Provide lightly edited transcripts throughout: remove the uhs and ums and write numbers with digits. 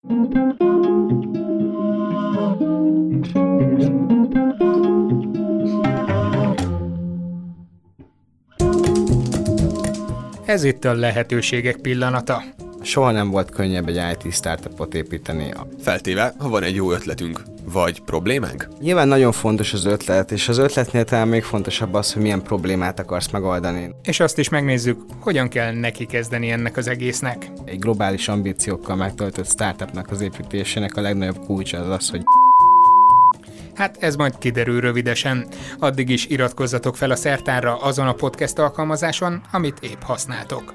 Ez itt a lehetőségek pillanata. Soha nem volt könnyebb egy IT startupot építeni. Feltéve, ha van egy jó ötletünk, vagy problémánk? Nyilván nagyon fontos az ötlet, és az ötletnél talán még fontosabb az, hogy milyen problémát akarsz megoldani. És azt is megnézzük, hogyan kell neki kezdeni ennek az egésznek. Egy globális ambíciókkal megtöltött startupnak az építésének a legnagyobb kulcsa az az, hogy Hát ez majd kiderül rövidesen. Addig is iratkozzatok fel a Szertárra azon a podcast alkalmazáson, amit épp használtok.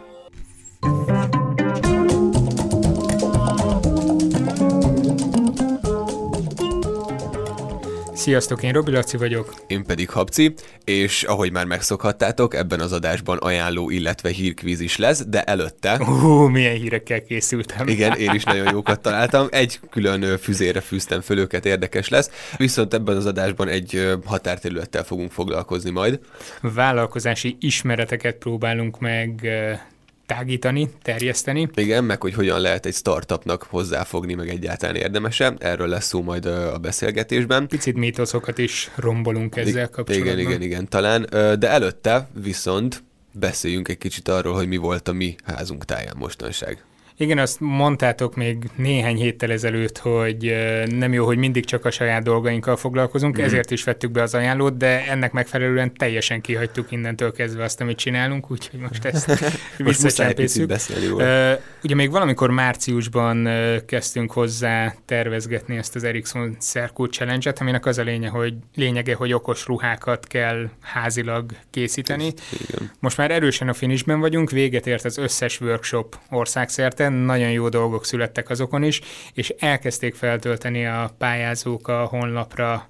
Sziasztok, én Robi Laci vagyok. Én pedig Habci, és ahogy már megszokhattátok, ebben az adásban ajánló, illetve hírkvíz is lesz, de előtte... Milyen hírekkel készültem. Igen, én is nagyon jókat találtam. Egy külön füzére fűztem föl őket, érdekes lesz. Viszont ebben az adásban egy határterülettel fogunk foglalkozni majd. Vállalkozási ismereteket próbálunk meg tágítani, terjeszteni. Igen, meg hogy hogyan lehet egy startupnak hozzáfogni, meg egyáltalán érdemese. Erről lesz szó majd a beszélgetésben. Picit mítoszokat is rombolunk ezzel kapcsolatban. Igen, talán. De előtte viszont beszéljünk egy kicsit arról, hogy mi volt a mi házunk táján mostanság. Igen, azt mondtátok még néhány héttel ezelőtt, hogy nem jó, hogy mindig csak a saját dolgainkkal foglalkozunk, ezért is vettük be az ajánlót, de ennek megfelelően teljesen kihagytuk innentől kezdve azt, amit csinálunk, úgyhogy most ezt visszacsempészünk. Ugye még valamikor márciusban kezdtünk hozzá tervezgetni ezt az Ericsson Circle Challenge-et, aminek az a lényege, hogy okos ruhákat kell házilag készíteni. Igen. Most már erősen a finishben vagyunk, véget ért az összes workshop országszerte, nagyon jó dolgok születtek azokon is, és elkezdték feltölteni a pályázók a honlapra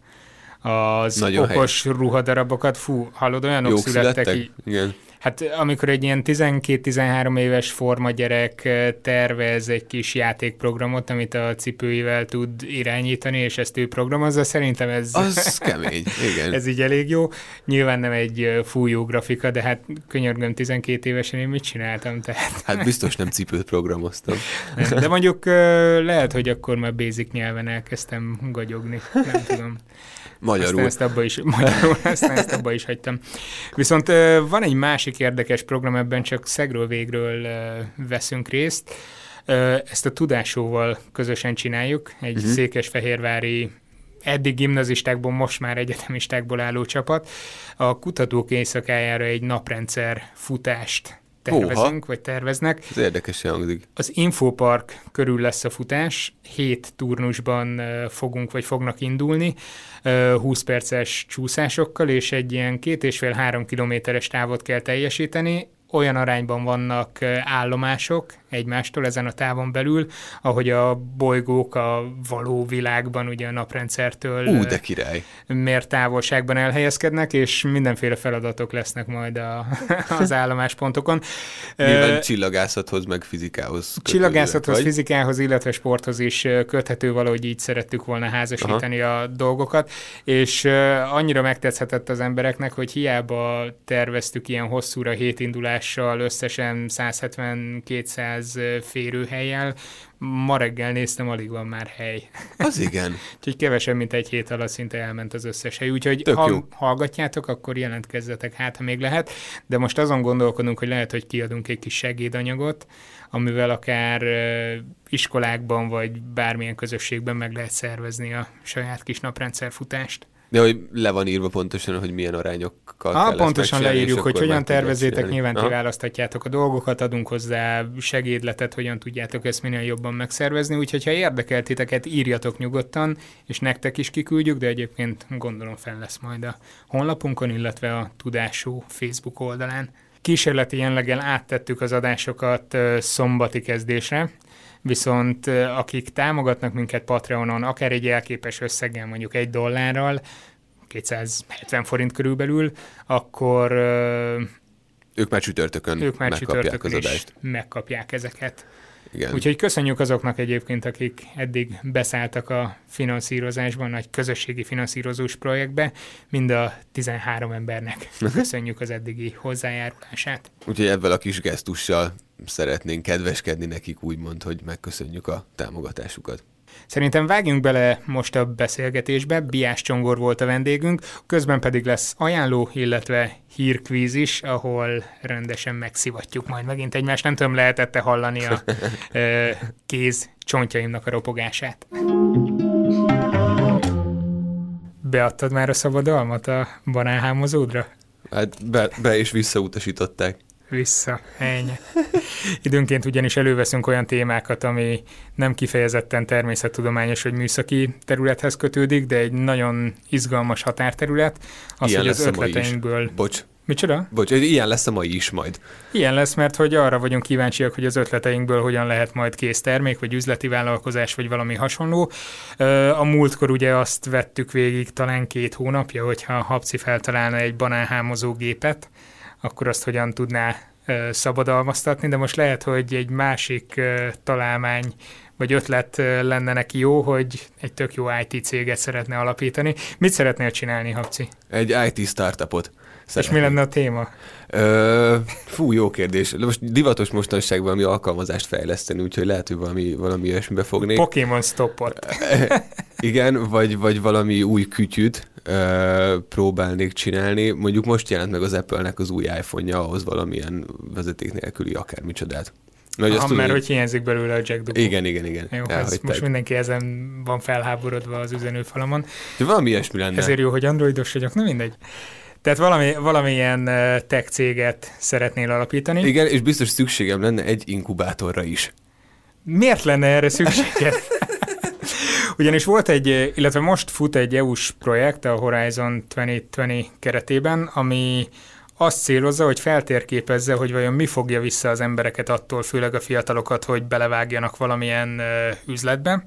az nagyon okos ruhadarabokat. Fú, hallod, olyanok jók születtek így. Igen. Hát amikor egy ilyen 12-13 éves formagyerek tervez egy kis játékprogramot, amit a cipőivel tud irányítani, és ezt ő programozza, szerintem ez... Az kemény, igen. Ez így elég jó. Nyilván nem egy fújó grafika, de hát könyörgöm, 12 évesen én mit csináltam, tehát... Hát biztos nem cipőt programoztam. Nem, de mondjuk lehet, hogy akkor már basic nyelven elkezdtem gagyogni, nem tudom. Magyarul. Aztán ezt abba is hagytam. Viszont van egy másik érdekes program, ebben csak szegről végről veszünk részt. Ezt a Tudásóval közösen csináljuk, egy székesfehérvári eddig gimnazistákból, most már egyetemistákból álló csapat. A kutatók éjszakájára egy naprendszer futást tervezünk, vagy terveznek. Ez érdekesen hangzik. Az Infopark körül lesz a futás, 7 turnusban fognak indulni, 20 perces csúszásokkal, és egy ilyen 2,5-3 kilométeres távot kell teljesíteni. Olyan arányban vannak állomások egymástól ezen a távon belül, ahogy a bolygók a való világban, ugye a naprendszertől de király. mért távolságban elhelyezkednek, és mindenféle feladatok lesznek majd az állomáspontokon. Nyilván csillagászathoz, meg fizikához. Csillagászathoz, fizikához, illetve sporthoz is köthető, valahogy így szerettük volna házasítani a dolgokat, és annyira megtetszhetett az embereknek, hogy hiába terveztük ilyen hosszúra 7 indulással, összesen 170-200 férőhellyel, ma reggel néztem, alig van már hely. Az igen. Úgyhogy kevesebb, mint egy hét alatt szinte elment az összes hely. Úgyhogy ha hallgatjátok, akkor jelentkezzetek, hát ha még lehet. De most azon gondolkodunk, hogy lehet, hogy kiadunk egy kis segédanyagot, amivel akár iskolákban, vagy bármilyen közösségben meg lehet szervezni a saját kis naprendszerfutást. De hogy le van írva pontosan, hogy milyen arányokkal kell ezt pontosan leírjuk, hogy hogyan tervezzétek, csinálni. nyilván ti választhatjátok a dolgokat, adunk hozzá segédletet, hogyan tudjátok ezt minél jobban megszervezni, úgyhogy ha érdekel titeket, írjatok nyugodtan, és nektek is kiküldjük, de egyébként gondolom fel lesz majd a honlapunkon, illetve a Tudásó Facebook oldalán. Kísérleti jelleggel áttettük az adásokat szombati kezdésre, viszont akik támogatnak minket Patreonon, akár egy jelképes összeggel, mondjuk $1, 270 forint körülbelül, akkor ők már csütörtökön megkapják az adást. Megkapják ezeket. Igen. Úgyhogy köszönjük azoknak egyébként, akik eddig beszálltak a finanszírozásban, nagy közösségi finanszírozós projektbe, mind a 13 embernek köszönjük az eddigi hozzájárulását. Úgyhogy ebből a kis gesztussal szeretnénk kedveskedni nekik, úgymond, hogy megköszönjük a támogatásukat. Szerintem vágjunk bele most a beszélgetésbe, Biás Csongor volt a vendégünk, közben pedig lesz ajánló, illetve hírkvíz is, ahol rendesen megszivatjuk majd megint egymást. Nem tudom, lehetett-e hallani a kéz csontjaimnak a ropogását. Beadtad már a szabadalmat a banánhámozódra? Hát be és visszautasították. Vissza, ennyi. Időnként ugyanis előveszünk olyan témákat, ami nem kifejezetten természettudományos vagy műszaki területhez kötődik, de egy nagyon izgalmas határterület. Az, ilyen hogy az lesz ötleteinkből... Bocs. Micsoda? Bocs, ilyen lesz a mai is majd. Ilyen lesz, mert hogy arra vagyunk kíváncsiak, hogy az ötleteinkből hogyan lehet majd kész termék, vagy üzleti vállalkozás, vagy valami hasonló. A múltkor ugye azt vettük végig talán 2 hónapja, hogyha Habci feltalálna egy banánhámozó gépet, akkor azt hogyan tudná szabadalmaztatni, de most lehet, hogy egy másik találmány vagy ötlet lenne neki jó, hogy egy tök jó IT céget szeretne alapítani. Mit szeretnél csinálni, Habci? Egy IT startupot. És mi lenne a téma? Jó kérdés. Most divatos mostanság valami alkalmazást fejleszteni, úgyhogy lehet, hogy valami ilyesmibe fognék. Pokémon Stopot. Igen, vagy valami új kütyüt próbálnék csinálni. Mondjuk most jelent meg az Apple-nek az új iPhone-ja, ahhoz valamilyen vezeték nélküli akármicsodát. Mert hogy hiányzik belőle a jack dugó. Igen. Jó, most mindenki ezen van felháborodva az üzenőfalamon. De valami ilyesmi lenne. Ezért jó, hogy androidos vagyok, nem mindegy. Tehát valamilyen tech céget szeretnél alapítani. Igen, és biztos szükségem lenne egy inkubátorra is. Miért lenne erre szükséged? Ugyanis volt illetve most fut egy EU-s projekt a Horizon 2020 keretében, ami azt célozza, hogy feltérképezze, hogy vajon mi fogja vissza az embereket attól, főleg a fiatalokat, hogy belevágjanak valamilyen üzletbe,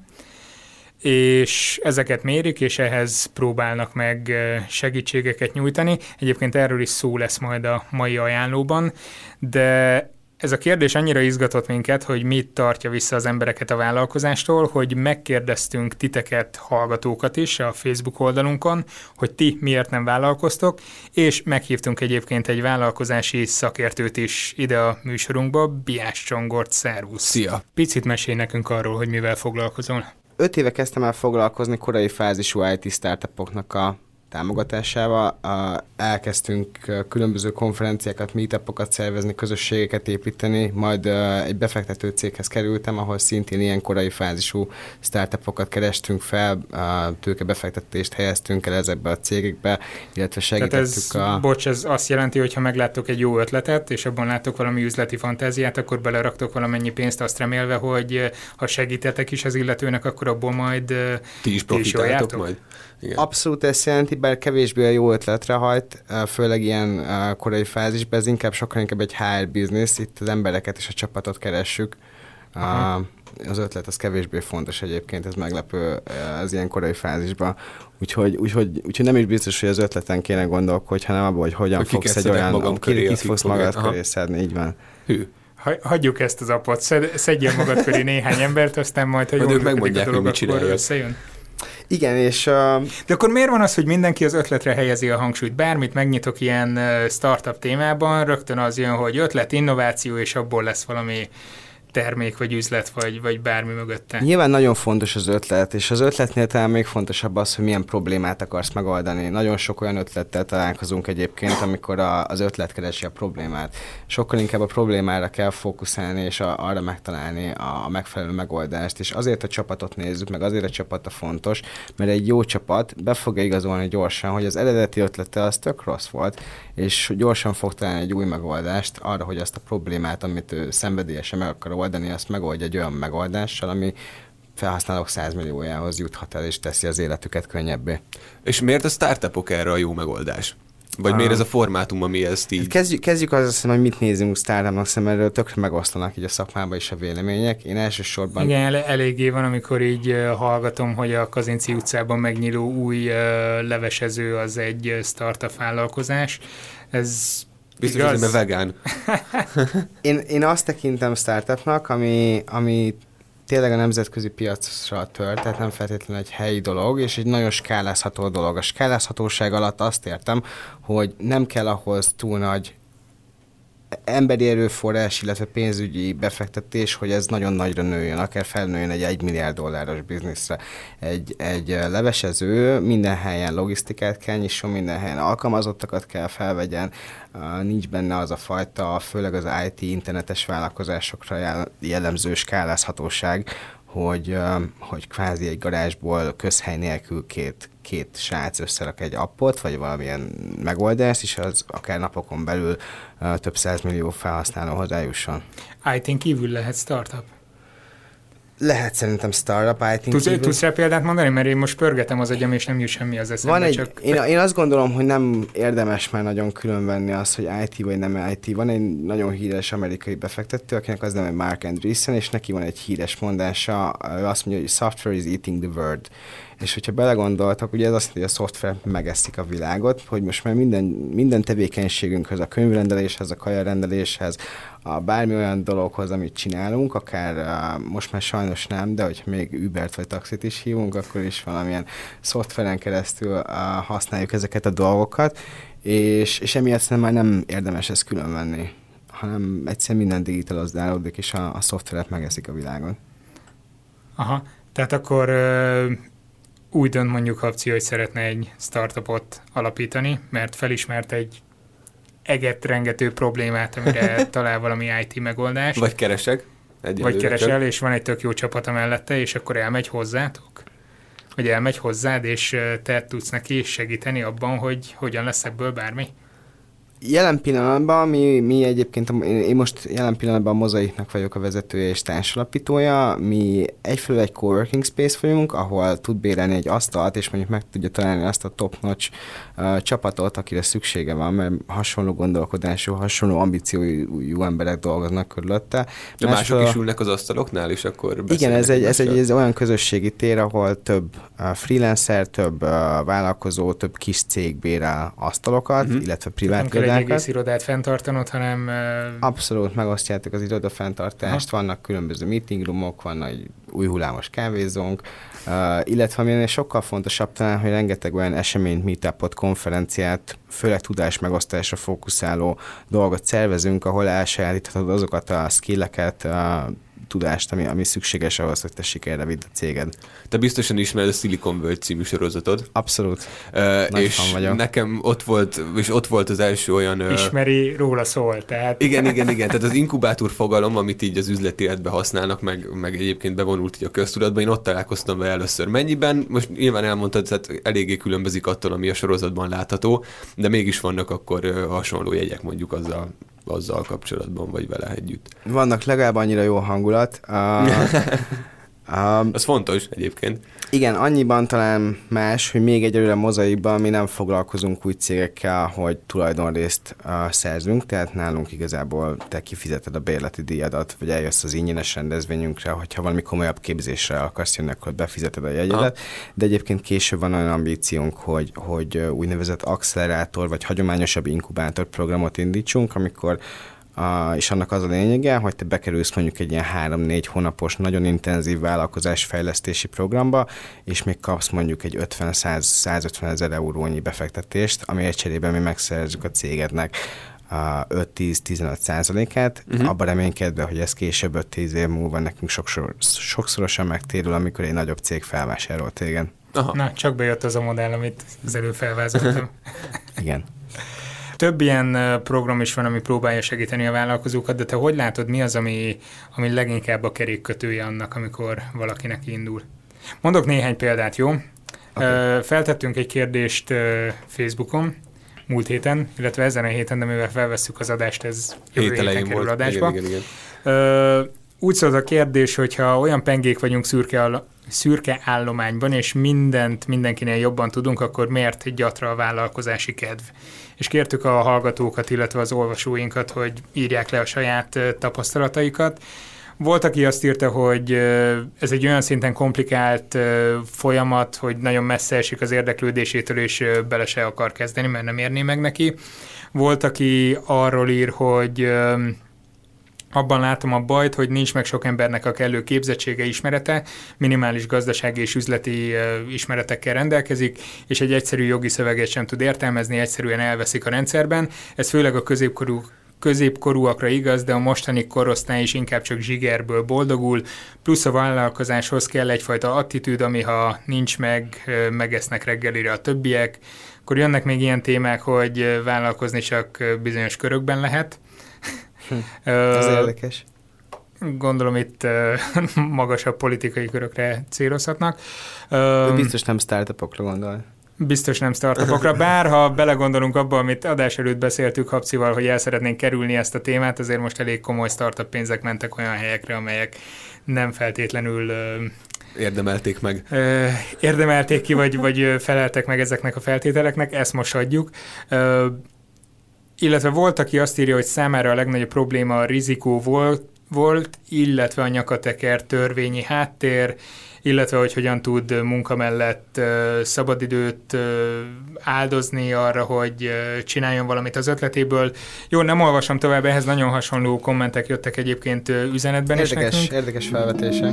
és ezeket mérik, és ehhez próbálnak meg segítségeket nyújtani. Egyébként erről is szó lesz majd a mai ajánlóban, de ez a kérdés annyira izgatott minket, hogy mit tartja vissza az embereket a vállalkozástól, hogy megkérdeztünk titeket, hallgatókat is a Facebook oldalunkon, hogy ti miért nem vállalkoztok, és meghívtunk egyébként egy vállalkozási szakértőt is ide a műsorunkba, Biás Csongort, szervusz! Szia! Picit mesélj nekünk arról, hogy mivel foglalkozol. 5 éve kezdtem el foglalkozni korai fázisú IT startupoknak a támogatásával. Elkezdtünk különböző konferenciákat, meetupokat szervezni, közösségeket építeni, majd egy befektető céghez kerültem, ahol szintén ilyen korai fázisú startupokat kerestünk fel, tőkebefektetést helyeztünk el ezekbe a cégekbe, illetve segítettük ez azt jelenti, hogy ha megláttok egy jó ötletet, és abban láttok valami üzleti fantáziát, akkor beleraktok valamennyi pénzt, azt remélve, hogy ha segítetek is az illetőnek, akkor abból majd ti is profitáltok majd. Igen. Abszolút ezt jelenti, bár kevésbé a jó ötletre hajt, főleg ilyen korai fázisban, ez sokkal inkább egy HR business, itt az embereket és a csapatot keressük. Az ötlet az kevésbé fontos egyébként, ez meglepő az ilyen korai fázisban. Úgyhogy nem is biztos, hogy az ötleten kéne gondolkodni, hanem abban, hogy hogyan fogsz egy olyan, kit fogsz magad köré szedni, így van. Hagyjuk ezt az apot, szedjél magad köré néhány embert, aztán majd, ha jól működik a dolog, akkor összejön. Igen, és... De akkor miért van az, hogy mindenki az ötletre helyezi a hangsúlyt? Bármit megnyitok ilyen startup témában, rögtön az jön, hogy ötlet, innováció, és abból lesz valami termék, vagy üzlet, vagy bármi mögötte. Nyilván nagyon fontos az ötlet, és az ötletnél talán még fontosabb az, hogy milyen problémát akarsz megoldani. Nagyon sok olyan ötlettel találkozunk egyébként, amikor az ötlet keresi a problémát. Sokkal inkább a problémára kell fókuszálni, és arra megtalálni a megfelelő megoldást. És azért a csapatot nézzük, meg azért a csapat a fontos, mert egy jó csapat be fogja igazolni gyorsan, hogy az eredeti ötlete az tök rossz volt, és gyorsan fog találni egy új megoldást arra, hogy azt a problémát, amit ő szenvedélyesen meg akar oldani, azt megoldja egy olyan megoldással, ami felhasználók 100 milliójához juthat el, és teszi az életüket könnyebbé. És miért a startupok erre a jó megoldás? Vagy miért ez a formátum, ami ezt így... Kezdjük azzal, hogy mit nézünk startupnak szemben, erről tökre megosztanak így a szakmában is a vélemények. Én elsősorban... Igen, eléggé van, amikor így hallgatom, hogy a Kazinci utcában megnyíló új levesező az egy startup vállalkozás. Ez Biztos, hogy nem vegán. Én azt tekintem startupnak, ami tényleg a nemzetközi piacra tört, tehát nem feltétlenül egy helyi dolog, és egy nagyon skálázható dolog. A skálázhatóság alatt azt értem, hogy nem kell ahhoz túl nagy emberi erőforrás, illetve pénzügyi befektetés, hogy ez nagyon nagyra nőjön, akár felnőjön egy $1 milliárd bizniszre. Egy levesező minden helyen logisztikát kell nyisson, minden helyen alkalmazottakat kell felvegyen, nincs benne az a fajta, főleg az IT internetes vállalkozásokra jellemző skálázhatóság, hogy kvázi egy garázsból közhely nélkül két srác összerak egy appot, vagy valamilyen megoldást, és az akár napokon belül több 100 millió felhasználó hozzájusson. IT-n kívül lehet startup? Lehet szerintem startup IT-n kívül. Tudsz rá példát mondani? Mert én most pörgetem az agyam, és nem jut semmi az eszembe. Én azt gondolom, hogy nem érdemes már nagyon különvenni azt, hogy IT vagy nem IT. Van egy nagyon híres amerikai befektető, akinek az neve Mark Andreessen, és neki van egy híres mondása, ő azt mondja, hogy software is eating the world. És hogyha belegondoltak, ugye ez azt jelenti, hogy a szoftver megeszik a világot, hogy most már minden tevékenységünkhöz, a könyvrendeléshez, a kajarendeléshez, a bármi olyan dologhoz, amit csinálunk, akár most már sajnos nem, de hogyha még Ubert vagy taxit is hívunk, akkor is valamilyen szoftveren keresztül használjuk ezeket a dolgokat, és emiatt már nem érdemes ezt különvenni, hanem egyszerűen minden digitalizálódik, és a szoftveret megeszik a világon. Aha, tehát akkor úgy dönt mondjuk Habci, hogy szeretne egy startupot alapítani, mert felismert egy eget rengető problémát, amire talál valami IT megoldást. Vagy keresek. Vagy keresel, és van egy tök jó csapata mellette, és akkor elmegy hozzátok? Vagy elmegy hozzád, és te tudsz neki segíteni abban, hogy hogyan lesz ebből bármi? Jelen pillanatban mi egyébként, én most jelen pillanatban a Mozaiknak vagyok a vezetője és társalapítója, mi egyfelől egy coworking space vagyunk, ahol tud bérelni egy asztalt, és mondjuk meg tudja találni azt a top-notch csapatot, akire szüksége van, mert hasonló gondolkodású, hasonló ambíciójú emberek dolgoznak körülötte. De mások is ülnek az asztaloknál, és akkor igen, ez egy olyan közösségi tér, ahol több freelancer, több vállalkozó, több kis cég bérel asztalokat, illetve privát egy egész irodát fenntartanod, hanem... Abszolút, megosztjátok az iroda fenntartást, vannak különböző meeting roomok, van egy új hullámos kávézónk, illetve ami sokkal fontosabb talán, hogy rengeteg olyan eseményt, meetupot, konferenciát, főleg tudásmegosztásra fókuszáló dolgot szervezünk, ahol elsajátíthatod azokat a skilleket, tudást, ami szükséges ahhoz, hogy te sikerre vidd a céged. Te biztosan ismered a Silicon Valley című sorozatod. Abszolút. És nekem ott volt az első olyan... Ismeri, róla szól, tehát... Igen. Tehát az inkubátor fogalom, amit így az üzleti életben használnak, meg egyébként bevonult így a köztudatba, én ott találkoztam vele először. Mennyiben, most nyilván elmondtad, tehát eléggé különbözik attól, ami a sorozatban látható, de mégis vannak akkor hasonló jegyek mondjuk azzal kapcsolatban, vagy vele együtt. Vannak legalább annyira jó hangulat. Az fontos egyébként. Igen, annyiban talán más, hogy még egyelőre Mozaikban mi nem foglalkozunk új cégekkel, hogy tulajdonrészt szerzünk, tehát nálunk igazából te kifizeted a bérleti díjadat, vagy eljössz az ingyenes rendezvényünkre, hogyha valami komolyabb képzésre akarsz jönni, akkor befizeted a jegyedet, de egyébként később van olyan ambíciónk, hogy úgynevezett accelerátor, vagy hagyományosabb inkubátor programot indítsunk, amikor és annak az a lényege, hogy te bekerülsz mondjuk egy ilyen 3-4 hónapos, nagyon intenzív vállalkozásfejlesztési programba, és még kapsz mondjuk egy 50-100-150 ezer eurónyi befektetést, ami egy cserében mi megszerzzük a cégednek 5-10-15%-át, abban reménykedve, hogy ez később 5-10 év múlva nekünk sokszorosan megtérül, amikor egy nagyobb cég felvásárol téged. Aha. Na, csak bejött az a modell, amit az előbb felvázoltam. Igen. Több ilyen program is van, ami próbálja segíteni a vállalkozókat, de te hogy látod, mi az, ami leginkább a kerékkötője annak, amikor valakinek indul? Mondok néhány példát, jó? Okay. Feltettünk egy kérdést Facebookon múlt héten, illetve ezen a héten, de mivel felvesszük az adást, ez jövő héten kerül adásba. Igen. Úgy szólt a kérdés, hogyha olyan pengék vagyunk szürke állományban, és mindenkinél jobban tudunk, akkor miért gyatra a vállalkozási kedv? És kértük a hallgatókat, illetve az olvasóinkat, hogy írják le a saját tapasztalataikat. Volt, aki azt írta, hogy ez egy olyan szinten komplikált folyamat, hogy nagyon messze esik az érdeklődésétől, és bele se akar kezdeni, mert nem érné meg neki. Volt, aki arról ír, hogy abban látom a bajt, hogy nincs meg sok embernek a kellő képzettsége, ismerete, minimális gazdasági és üzleti ismeretekkel rendelkezik, és egy egyszerű jogi szöveget sem tud értelmezni, egyszerűen elveszik a rendszerben. Ez főleg a középkorúakra igaz, de a mostani korosztály is inkább csak zsigerből boldogul, plusz a vállalkozáshoz kell egyfajta attitűd, ami ha nincs meg, megesznek reggelire a többiek. Akkor jönnek még ilyen témák, hogy vállalkozni csak bizonyos körökben lehet. Ez érdekes. Gondolom itt magasabb politikai körökre célozhatnak. Biztos nem startupokra gondol. Biztos nem startupokra, bár ha belegondolunk abba, amit adás előtt beszéltük Habcival, hogy el szeretnénk kerülni ezt a témát, azért most elég komoly startup pénzek mentek olyan helyekre, amelyek nem feltétlenül érdemelték meg. Érdemelték ki, vagy feleltek meg ezeknek a feltételeknek, ezt most adjuk. Illetve volt, aki azt írja, hogy számára a legnagyobb probléma a rizikó volt, illetve a nyakateker törvényi háttér, illetve hogy hogyan tud munka mellett szabadidőt áldozni arra, hogy csináljon valamit az ötletéből. Jó, nem olvasom tovább, ehhez nagyon hasonló kommentek jöttek egyébként üzenetben is nekünk. Érdekes felvetések.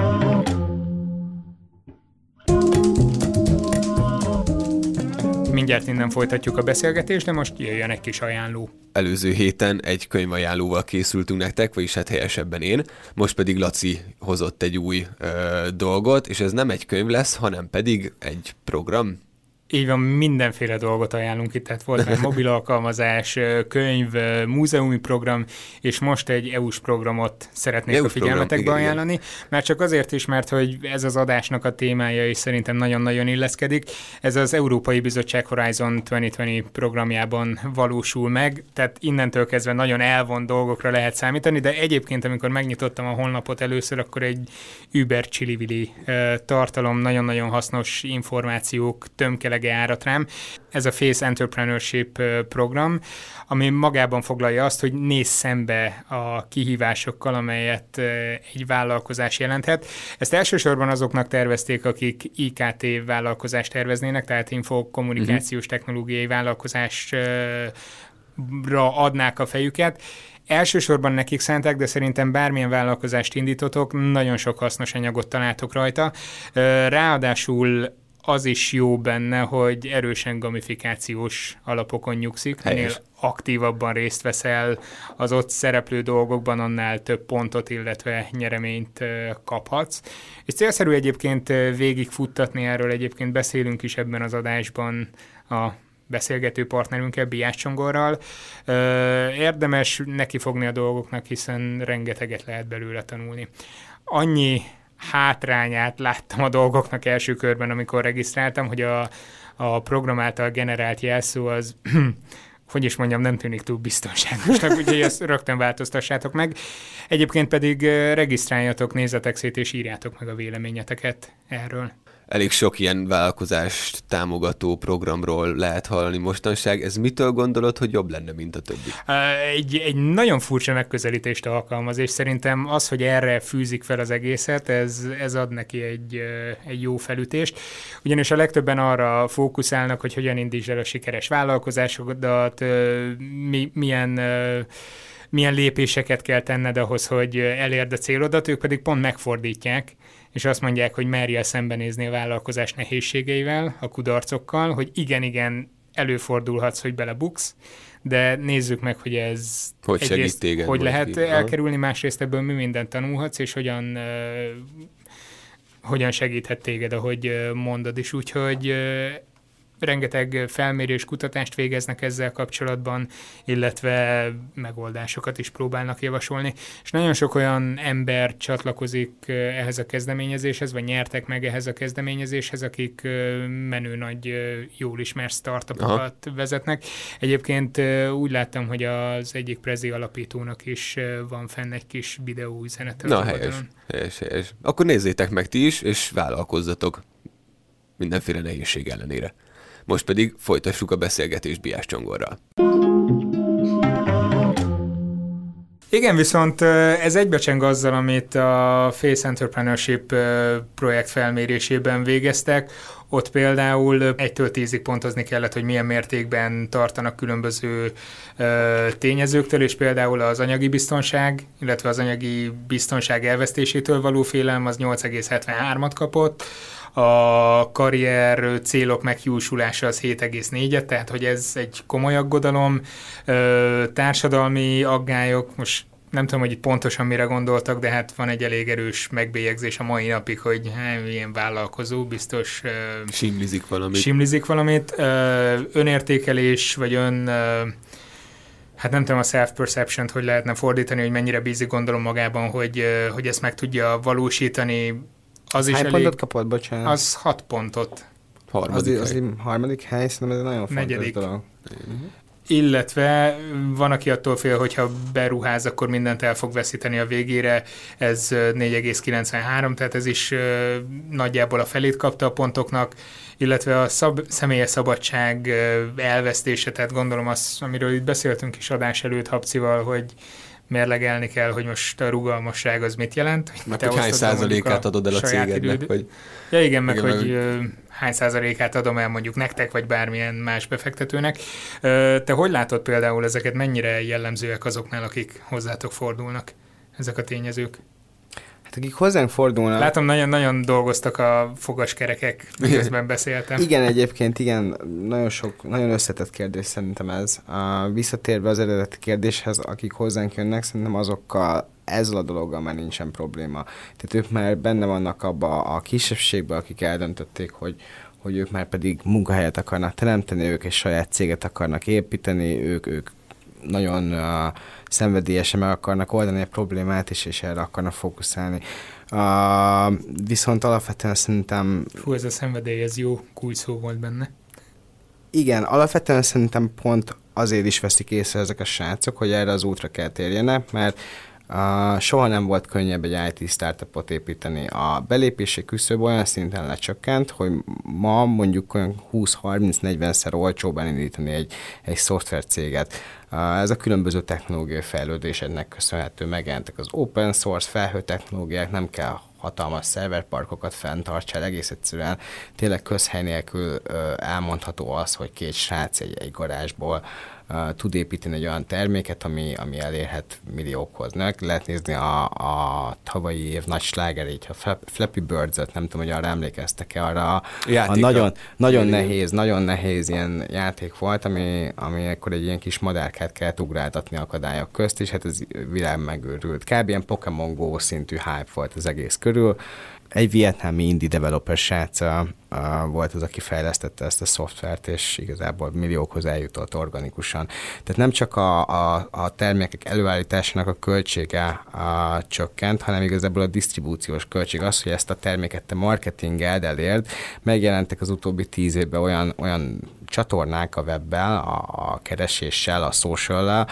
Mindjárt innen folytatjuk a beszélgetést, de most jöjjön egy kis ajánló. Előző héten egy könyvajánlóval készültünk nektek, vagyis hát helyesebben én, most pedig Laci hozott egy új dolgot, és ez nem egy könyv lesz, hanem pedig egy program. Így van, mindenféle dolgot ajánlunk itt, tehát volt már mobil alkalmazás, könyv, múzeumi program, és most egy EU-s programot szeretnék a figyelmetekbe ajánlani. Igen. Már csak azért is, mert hogy ez az adásnak a témája is szerintem nagyon-nagyon illeszkedik. Ez az Európai Bizottság Horizon 2020 programjában valósul meg, tehát innentől kezdve nagyon elvont dolgokra lehet számítani, de egyébként, amikor megnyitottam a honlapot először, akkor egy über csili-vili tartalom, nagyon-nagyon hasznos információk tömkelege árat rám. Ez a Face Entrepreneurship program, ami magában foglalja azt, hogy nézz szembe a kihívásokkal, amelyet egy vállalkozás jelenthet. Ezt elsősorban azoknak tervezték, akik IKT vállalkozást terveznének, tehát infokommunikációs technológiai vállalkozásra adnák a fejüket. Elsősorban nekik szánták, de szerintem bármilyen vállalkozást indítotok, nagyon sok hasznos anyagot találtok rajta. Ráadásul az is jó benne, hogy erősen gamifikációs alapokon nyugszik. Minél aktívabban részt veszel az ott szereplő dolgokban, annál több pontot, illetve nyereményt kaphatsz. És célszerű egyébként végigfuttatni, erről egyébként beszélünk is ebben az adásban a beszélgető partnerünkkel, Biás Csongorral. Érdemes nekifogni a dolgoknak, hiszen rengeteget lehet belőle tanulni. Annyi hátrányát láttam a dolgoknak első körben, amikor regisztráltam, hogy a program által generált jelszó az, hogy is mondjam, nem tűnik túl biztonságosnak, úgyhogy ezt rögtön változtassátok meg. Egyébként pedig regisztráljatok, nézzetek szét és írjátok meg a véleményeteket erről. Elég sok ilyen vállalkozást támogató programról lehet hallani mostanság. Ez mitől gondolod, hogy jobb lenne, mint a többi? Egy nagyon furcsa megközelítést alkalmaz, és szerintem az, hogy erre fűzik fel az egészet, ez ad neki egy jó felütést. Ugyanis a legtöbben arra fókuszálnak, hogy hogyan indítsd el a sikeres vállalkozásodat, milyen lépéseket kell tenned ahhoz, hogy elérd a célodat, ők pedig pont megfordítják, és azt mondják, hogy merjél szembenézni a vállalkozás nehézségeivel, a kudarcokkal, hogy igen, előfordulhatsz, hogy belebuksz, de nézzük meg, hogy ez hogy segít téged, hogy lehet elkerülni, másrészt ebből mi mindent tanulhatsz, és hogyan segíthet téged, ahogy mondod is. Úgyhogy rengeteg felmérés, kutatást végeznek ezzel kapcsolatban, illetve megoldásokat is próbálnak javasolni. És nagyon sok olyan ember csatlakozik ehhez a kezdeményezéshez, vagy nyertek meg ehhez a kezdeményezéshez, akik menő nagy, jól ismert startupokat vezetnek. Egyébként úgy láttam, hogy az egyik Prezi alapítónak is van fenn egy kis videó üzenete. Na, helyes. Akkor nézzétek meg ti is, és vállalkozzatok mindenféle nehézség ellenére. Most pedig folytassuk a beszélgetést Biás Csongorral. Igen, viszont ez egybecseng azzal, amit a Face Entrepreneurship projekt felmérésében végeztek. Ott például 1-től 10-ig pontozni kellett, hogy milyen mértékben tartanak különböző tényezőktől, és például az anyagi biztonság, illetve az anyagi biztonság elvesztésétől való félelem az 8,73-at kapott, a karrier célok meghiúsulása az 7,4-et, tehát hogy ez egy komoly aggodalom, társadalmi aggályok, most nem tudom, hogy itt pontosan mire gondoltak, de hát van egy elég erős megbélyegzés a mai napig, hogy ilyen vállalkozó, biztos simlizik valamit. Önértékelés, vagy hát nem tudom a self-perception-t, hogy lehetne fordítani, hogy mennyire bízik, gondolom magában, hogy ezt meg tudja valósítani. Az Hány is pontot kapott, bocsánat? Az 6 pontot. Harmadik hely, szerintem ez egy nagyon fontos dolog. Illetve van, aki attól fél, hogyha beruház, akkor mindent el fog veszíteni a végére, ez 4,93, tehát ez is nagyjából a felét kapta a pontoknak, illetve a személyes szabadság elvesztése, tehát gondolom az, amiről itt beszéltünk is adás előtt Habcival, hogy mérlegelni kell, hogy most a rugalmasság az mit jelent. Meg hogy hány százalékát adod el a cégednek. Vagy... Ja igen, meg hogy hány százalékát adom el mondjuk nektek, vagy bármilyen más befektetőnek. Te hogy látod például ezeket, mennyire jellemzőek azoknál, akik hozzátok fordulnak, ezek a tényezők? Hát akik hozzánk fordulnak... Látom, nagyon dolgoztak a fogaskerekek, miközben beszéltem. Igen, egyébként igen, nagyon összetett kérdés szerintem ez. Visszatérve az eredeti kérdéshez, akik hozzánk jönnek, szerintem azokkal ezzel a dologgal már nincsen probléma. Tehát ők már benne vannak abba a kisebbségben, akik eldöntötték, hogy ők már pedig munkahelyet akarnak teremteni, ők egy saját céget akarnak építeni, ők nagyon szenvedélyesen meg akarnak oldani a problémát is, és erre akarnak fókuszálni. Viszont alapvetően szerintem... Ez a szenvedély, ez jó kulcsszó volt benne. Igen, alapvetően szerintem pont azért is veszik észre ezek a srácok, hogy erre az útra kell térjenek, mert soha nem volt könnyebb egy IT startupot építeni. A belépési küszöb olyan szinten lecsökkent, hogy ma mondjuk olyan 20-30-40-szer olcsóbb elindítani egy szoftvercéget. Ez a különböző technológiai fejlődésednek köszönhető, megjelentek az open source felhő technológiák, nem kell hatalmas szerverparkokat fenntartsál, egész egyszerűen tényleg közhely nélkül elmondható az, hogy két srác egy garázsból tud építeni egy olyan terméket, ami elérhet milliókhoz. Lehet nézni a tavalyi év nagy slágerét, a Flappy Birds-et, nem tudom, hogy arra emlékeztek-e, arra nagyon nehéz ilyen játék volt, ami akkor egy ilyen kis madárkát kellett ugráltatni akadályok közt, és hát ez világ megőrült. Kb. Ilyen Pokémon Go szintű hype volt az egész körül. Egy vietnámi indie developer srác volt az, aki fejlesztette ezt a szoftvert, és igazából milliókhoz eljutott organikusan. Tehát nem csak a termékek előállításának a költsége csökkent, hanem igazából a disztribúciós költség, az, hogy ezt a terméket te marketingeld, elérd. Megjelentek az utóbbi 10 évben olyan csatornák a webbel, a kereséssel, a social-lel,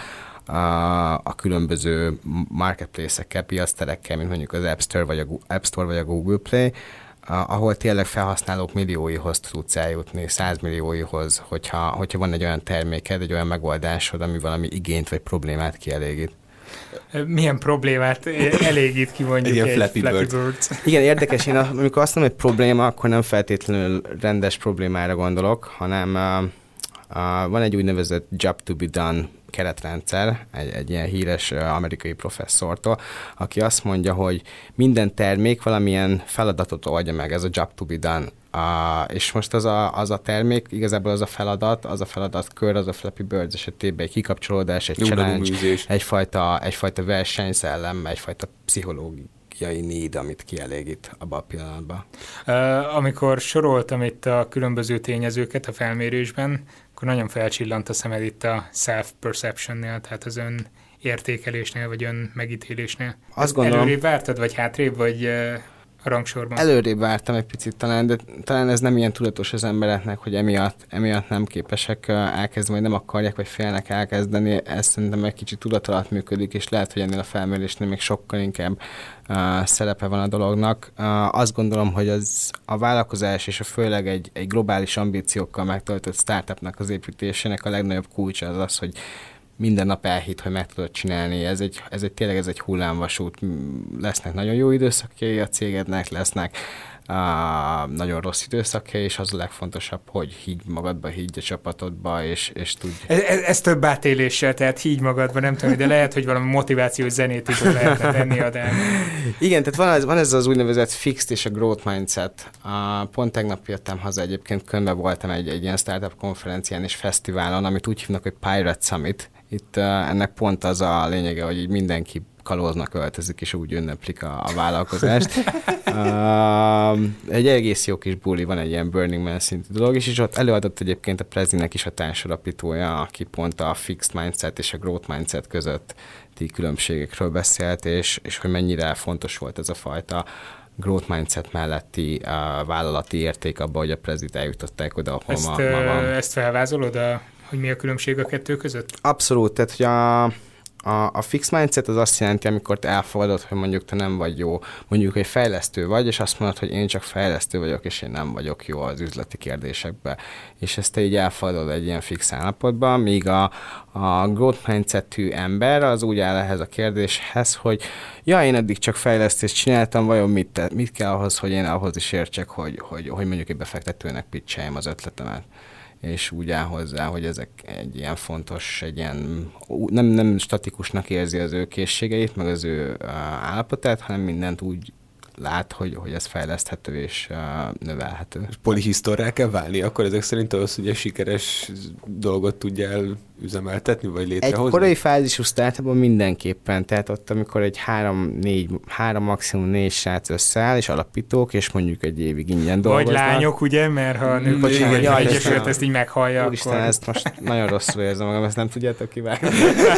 a különböző marketplace-ekkel, piacterekkel, mint mondjuk az App Store vagy a Google Play, ahol tényleg felhasználók millióihoz tudsz eljutni, 100 millióihoz, hogyha van egy olyan terméked, egy olyan megoldásod, ami valami igényt vagy problémát kielégít. Milyen problémát elégít ki mondjuk egy Flappy Birds? Igen, érdekes, én amikor azt mondom, hogy probléma, akkor nem feltétlenül rendes problémára gondolok, hanem van egy úgynevezett job to be done keretrendszer, egy ilyen híres amerikai professzortól, aki azt mondja, hogy minden termék valamilyen feladatot oldja meg, ez a job to be done. És most az a termék, igazából az a feladatkör, az a Flappy Birds esetében egy kikapcsolódás, egy challenge, egyfajta versenyszellem, egyfajta pszichológiai need, amit kielégít abban a pillanatban. Amikor soroltam itt a különböző tényezőket a felmérésben, akkor nagyon felcsillant a szemed itt a self-perception-nél, tehát az ön értékelésnél, vagy ön megítélésnél. Azt gondolom, előrébb vártad, vagy hátrébb, vagy a rangsorban? Előrébb vártam egy picit talán, de talán ez nem ilyen tudatos az embereknek, hogy emiatt nem képesek elkezdeni, vagy nem akarják, vagy félnek elkezdeni. Ez szerintem egy kicsit tudat alatt működik, és lehet, hogy ennél a felmérésnél még sokkal inkább szerepe van a dolognak. Azt gondolom, hogy a vállalkozás és főleg egy globális ambíciókkal megtöltött startupnak az építésének a legnagyobb kulcsa az, hogy minden nap elhitt, hogy meg tudod csinálni. Tényleg ez egy hullámvasút. Lesznek nagyon jó időszakai a cégednek, lesznek nagyon rossz időszakai, és az a legfontosabb, hogy higgy magadba, higgy a csapatodba, és tudj. Ez több átéléssel, tehát higgy magadba, nem tudom, de lehet, hogy valami motivációs zenét is lehetne tenni adásba. Igen, tehát van ez az úgynevezett fixed és a growth mindset. Pont tegnap jöttem haza, egyébként Kölnben voltam egy ilyen startup konferencián és fesztiválon, amit úgy hívnak, hogy Pirate Summit. Itt ennek pont az a lényege, hogy így mindenki kalóznak öltözik, és úgy ünneplik a vállalkozást. Egy egész jó kis buli, van egy ilyen Burning Man szintű dolog is, és ott előadott egyébként a Prezinek is a társalapítója, aki pont a fixed mindset és a growth mindset közötti különbségekről beszélt, és hogy mennyire fontos volt ez a fajta growth mindset melletti vállalati érték abban, hogy a Prezit eljutották oda, ahol ma van. Ezt felvázolod, hogy mi a különbség a kettő között? Abszolút, tehát hogy a fix mindset az azt jelenti, amikor te elfogadod, hogy mondjuk te nem vagy jó, mondjuk, hogy fejlesztő vagy, és azt mondod, hogy én csak fejlesztő vagyok, és én nem vagyok jó az üzleti kérdésekben. És ezt te így elfogadod egy ilyen fix állapotban, míg a growth mindsetű ember az úgy áll ehhez a kérdéshez, hogy én eddig csak fejlesztést csináltam, vajon mit kell ahhoz, hogy én ahhoz is értsek, hogy mondjuk egy befektetőnek pitcheljem az ötletemet. És úgy áll hozzá, hogy ezek egy ilyen fontos, egy ilyen nem statikusnak érzi az ő készségeit, meg az ő állapotát, hanem mindent úgy lát, hogy ez fejleszthető és növelhető. És polihisztorrá kell válni, akkor ezek szerint ahhoz, hogy egy sikeres dolgot tudja üzemeltetni, vagy létrehozni? Egy korai fázisú startupban mindenképpen, tehát ott, amikor egy 3 maximum 4 srác összeáll, és alapítók, és mondjuk egy évig ingyen dolgoznak. Vagy lányok, ugye, mert ha a nők vagy egyesület ezt így meghallja, Úristen, akkor... ezt most nagyon rosszul érzem magam, ezt nem tudjátok kivágni.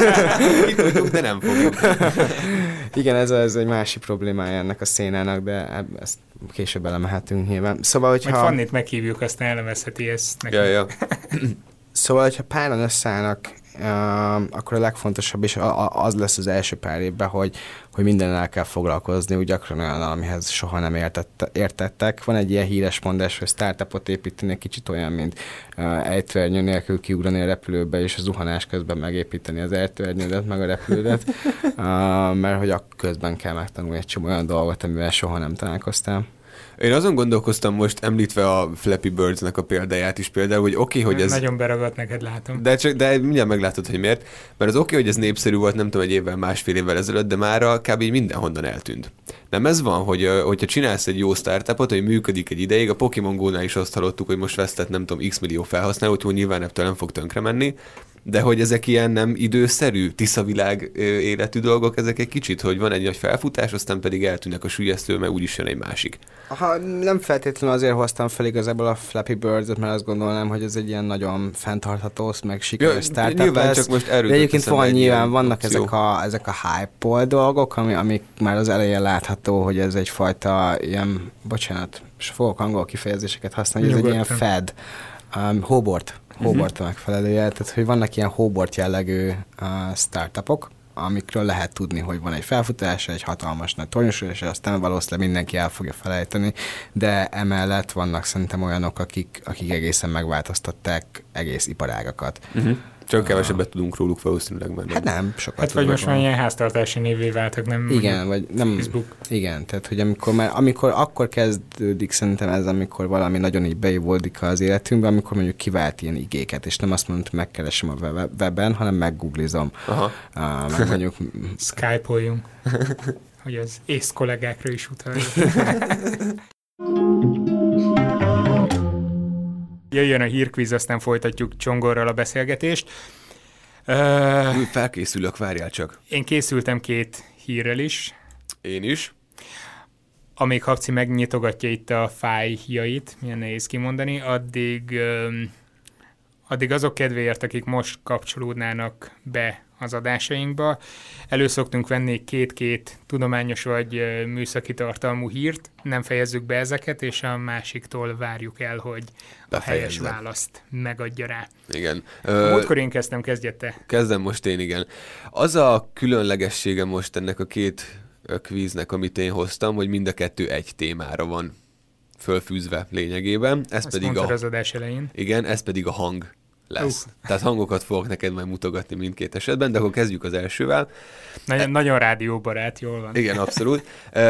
Ki tudjuk, de nem fogjuk. Igen, ez egy másik problémája ennek a szénának, de ezt később elemehetünk nyilván. Szóval, hogyha... Majd Fannit meghívjuk, aztán elemezheti ezt nekünk. Ja. Szóval, hogyha páran összeállnak, akkor a legfontosabb, és az lesz az első pár évben, hogy mindennel kell foglalkozni, úgy gyakran olyan, amihez soha nem értettek. Van egy ilyen híres mondás, hogy startupot építeni egy kicsit olyan, mint ejtőernyő nélkül kiugrani a repülőbe, és a zuhanás közben megépíteni az ejtőernyődet, meg a repülődet, mert hogy közben kell megtanulni egy csomó olyan dolgot, amivel soha nem találkoztál. Én azon gondolkoztam most, említve a Flappy Birds-nek a példáját is például, hogy oké, hogy ez... Nagyon beragadt neked, látom. De mindjárt meglátod, hogy miért. Mert az oké, hogy ez népszerű volt, nem tudom, egy évvel, másfél évvel ezelőtt, de mára kb. Mindenhonnan eltűnt. Nem ez van, hogyha csinálsz egy jó startupot, hogy működik egy ideig, a Pokémon Go-nál is azt hallottuk, hogy most vesztett nem tudom x millió felhasználó, úgyhogy nyilván ebből nem fog tönkre menni, de hogy ezek ilyen nem időszerű, tiszavilág életű dolgok, ezek egy kicsit, hogy van egy nagy felfutás, aztán pedig eltűnnek a sülyeztő, mert úgyis jön egy másik. Nem feltétlenül azért hoztam fel igazából a Flappy Birds-et, mert azt gondolnám, hogy ez egy ilyen nagyon fenntartható, meg sikeres startup lesz. Csak most de egyébként nyilván vannak ezek a hype dolgok, amik már az elején látható, hogy ez egyfajta ilyen, bocsánat, és fogok angol kifejezéseket használni, ez egy ilyen fed, hóbort a megfelelője, tehát hogy vannak ilyen hóbort jellegű startupok, amikről lehet tudni, hogy van egy felfutás, egy hatalmas nagy tornyosulás, és aztán valószínűleg mindenki el fogja felejteni, de emellett vannak szerintem olyanok, akik egészen megváltoztatták egész iparágakat. Csak kevesebbet tudunk róluk valószínűleg menni. Hát nem, sokat. Hát vagy most már ilyen háztartási névvé váltak, nem? Igen, vagy nem. Facebook. Igen, tehát hogy amikor akkor kezdődik szerintem ez, amikor valami nagyon így beivódik az életünkbe, amikor mondjuk kivált ilyen igéket, és nem azt mondom, hogy megkeresem a webben, hanem meggooglizom. Meg mondjuk... Skype-oljunk, hogy az ész kollégákra is utaljuk. Jöjjön a hírkvíz, aztán folytatjuk Csongorral a beszélgetést. Felkészülök, várjál csak. Én készültem 2 hírrel is. Én is. Amíg Habci megnyitogatja itt a fájjait, milyen nehéz kimondani, addig azok kedvéért, akik most kapcsolódnának be az adásainkba. Elő szoktunk venni 2 tudományos vagy műszaki tartalmú hírt, nem fejezzük be ezeket, és a másiktól várjuk el, hogy a helyes választ megadja rá. Igen. Múltkor én kezdtem, kezdjed te. Kezdem most én, igen. Az a különlegessége most ennek a 2 kvíznek, amit én hoztam, hogy mind a 2 egy témára van fölfűzve lényegében. Ez ezt pedig mondtad az adás elején. Igen, ez pedig a hang. lesz. Tehát hangokat fogok neked majd mutogatni mindkét esetben, de akkor kezdjük az elsővel. Nagyon rádióbarát, jól van. Igen, abszolút.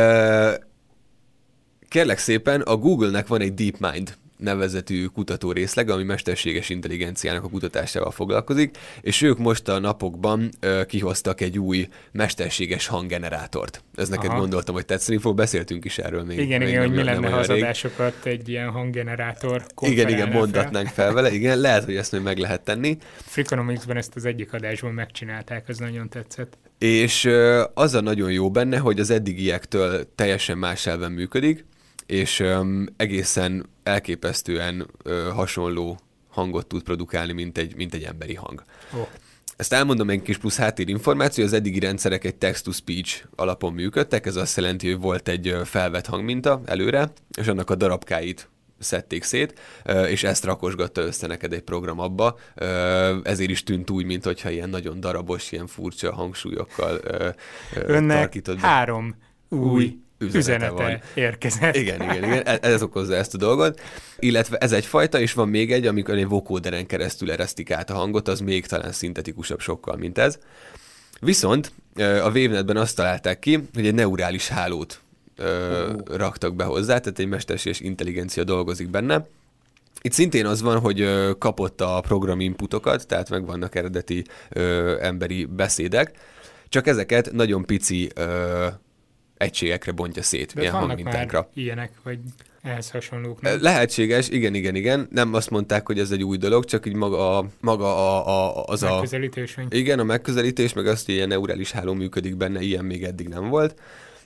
Kérlek szépen, a Google-nek van egy DeepMind nevezetű kutató részleg, ami mesterséges intelligenciának a kutatásával foglalkozik, és ők most a napokban kihoztak egy új mesterséges hanggenerátort. Ez neked gondoltam, hogy tetszeni fog, beszéltünk is erről még. Igen, hogy mi lenne, ha az adásokat egy ilyen hanggenerátor konferálna. Igen, mondatnánk fel vele, igen, lehet, hogy ezt még meg lehet tenni. Freakonomics-ben ezt az egyik adásban megcsinálták, ez nagyon tetszett. És az a nagyon jó benne, hogy az eddigiektől teljesen más elven működik, és egészen elképesztően hasonló hangot tud produkálni, mint egy emberi hang. Oh. Ezt elmondom egy kis plusz háttérinformáció, az eddigi rendszerek egy text-to-speech alapon működtek, ez azt jelenti, hogy volt egy felvett hangminta előre, és annak a darabkáit szedték szét, és ezt rakosgatta össze neked egy program abba, ezért is tűnt úgy, mintha ilyen nagyon darabos, ilyen furcsa hangsúlyokkal tarkítod. 3 új üzenete érkezett. Igen, ez okozza ezt a dolgot. Illetve ez egyfajta, és van még egy, amikor egy vocoderen keresztül eresztik át a hangot, az még talán szintetikusabb sokkal, mint ez. Viszont a Wavenetben azt találták ki, hogy egy neurális hálót raktak be hozzá, tehát egy mesterséges intelligencia dolgozik benne. Itt szintén az van, hogy kapott a program inputokat, tehát megvannak eredeti emberi beszédek, csak ezeket nagyon pici egységekre bontja szét, de ilyen hangmintákra. Már ilyenek, vagy ehhez hasonlók. Nem? Lehetséges, igen. Nem azt mondták, hogy ez egy új dolog, csak így maga az megközelítés, a... Igen, a megközelítés, meg azt, hogy ilyen neurális háló működik benne, ilyen még eddig nem volt.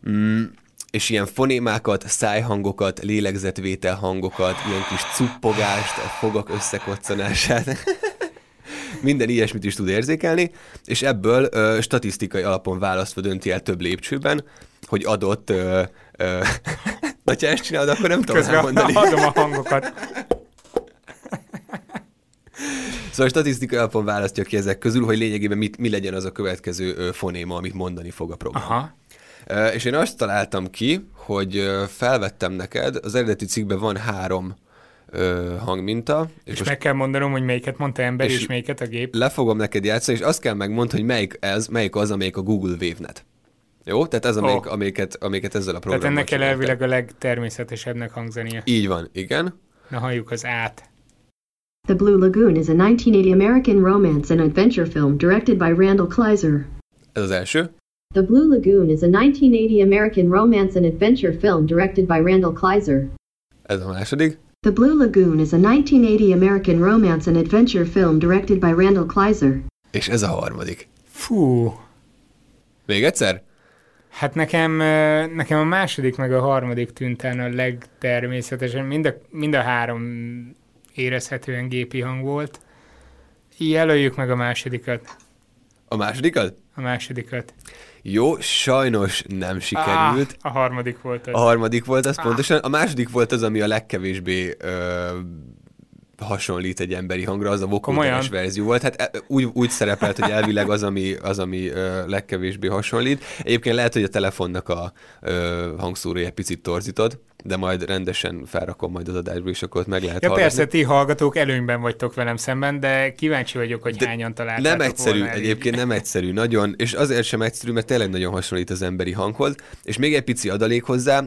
És ilyen fonémákat, szájhangokat, lélegzetvétel hangokat, ilyen kis cuppogást, a fogak összekoccanását, minden ilyesmit is tud érzékelni, és ebből statisztikai alapon választva dönti el több lépcsőben, hogy adott... ha ezt csinálod, akkor nem tudom elmondani. Adom a hangokat. Szóval statisztikai alapon választja ki ezek közül, hogy lényegében mi legyen az a következő fonéma, amit mondani fog a program. Aha. És én azt találtam ki, hogy felvettem neked, az eredeti cikkben van 3 hangminta. És most meg kell mondanom, hogy melyiket mondta ember, és melyiket a gép. Le fogom neked játszani, és azt kell megmondani, hogy melyik az, amelyik a Google WaveNet. Jó? Tehát ez, amiket ezzel a programmal tehát ennek kell elvileg a legtermészetesebbnek hangzania. Így van, igen. Na halljuk az át. The Blue Lagoon is a 1980 American romance and adventure film directed by Randall Kleiser. Ez az első. The Blue Lagoon is a 1980 American romance and adventure film directed by Randall Kleiser. Ez a második. The Blue Lagoon is a 1980 American romance and adventure film directed by Randall Kleiser. És ez a harmadik. Fú. Még egyszer? Hát nekem a második meg a harmadik tűnt el a legtermészetesen. Mind a 3 érezhetően gépi hang volt. Jelöljük meg a másodikat. A másodikat? A másodikat. Jó, sajnos nem sikerült. A harmadik volt az. A harmadik volt az pontosan. A második volt az, ami a legkevésbé hasonlít egy emberi hangra, az a vocoderes verzió volt. Hát úgy szerepelt, hogy elvileg az, ami legkevésbé hasonlít. Egyébként lehet, hogy a telefonnak a hangszórója egy picit torzítod, de majd rendesen felrakom majd az adásba, és akkor ott meg lehet hallgatni. Persze, ti hallgatók előnyben vagytok velem szemben, de kíváncsi vagyok, hogy hányan találtátok. Nem egyszerű, egyébként nem egyszerű, nagyon, és azért sem egyszerű, mert tényleg nagyon hasonlít az emberi hanghoz. És még egy pici adalék hozzá,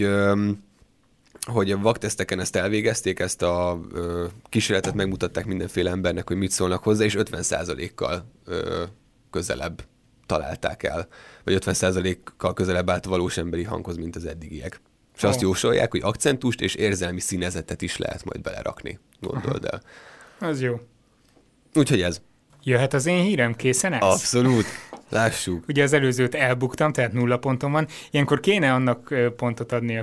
hogy a vakteszteken ezt elvégezték, ezt a kísérletet megmutatták mindenféle embernek, hogy mit szólnak hozzá, és 50%-kal közelebb találták el, vagy 50%-kal közelebb állt a valós emberi hanghoz, mint az eddigiek. És azt jósolják, hogy akcentust és érzelmi színezetet is lehet majd belerakni. Gondold el. Az jó. Úgyhogy ez. Jöhet az én hírem, készen ez? Abszolút. Lássuk. Ugye az előzőt elbuktam, tehát 0 pontom van. Ilyenkor kéne annak pontot adni,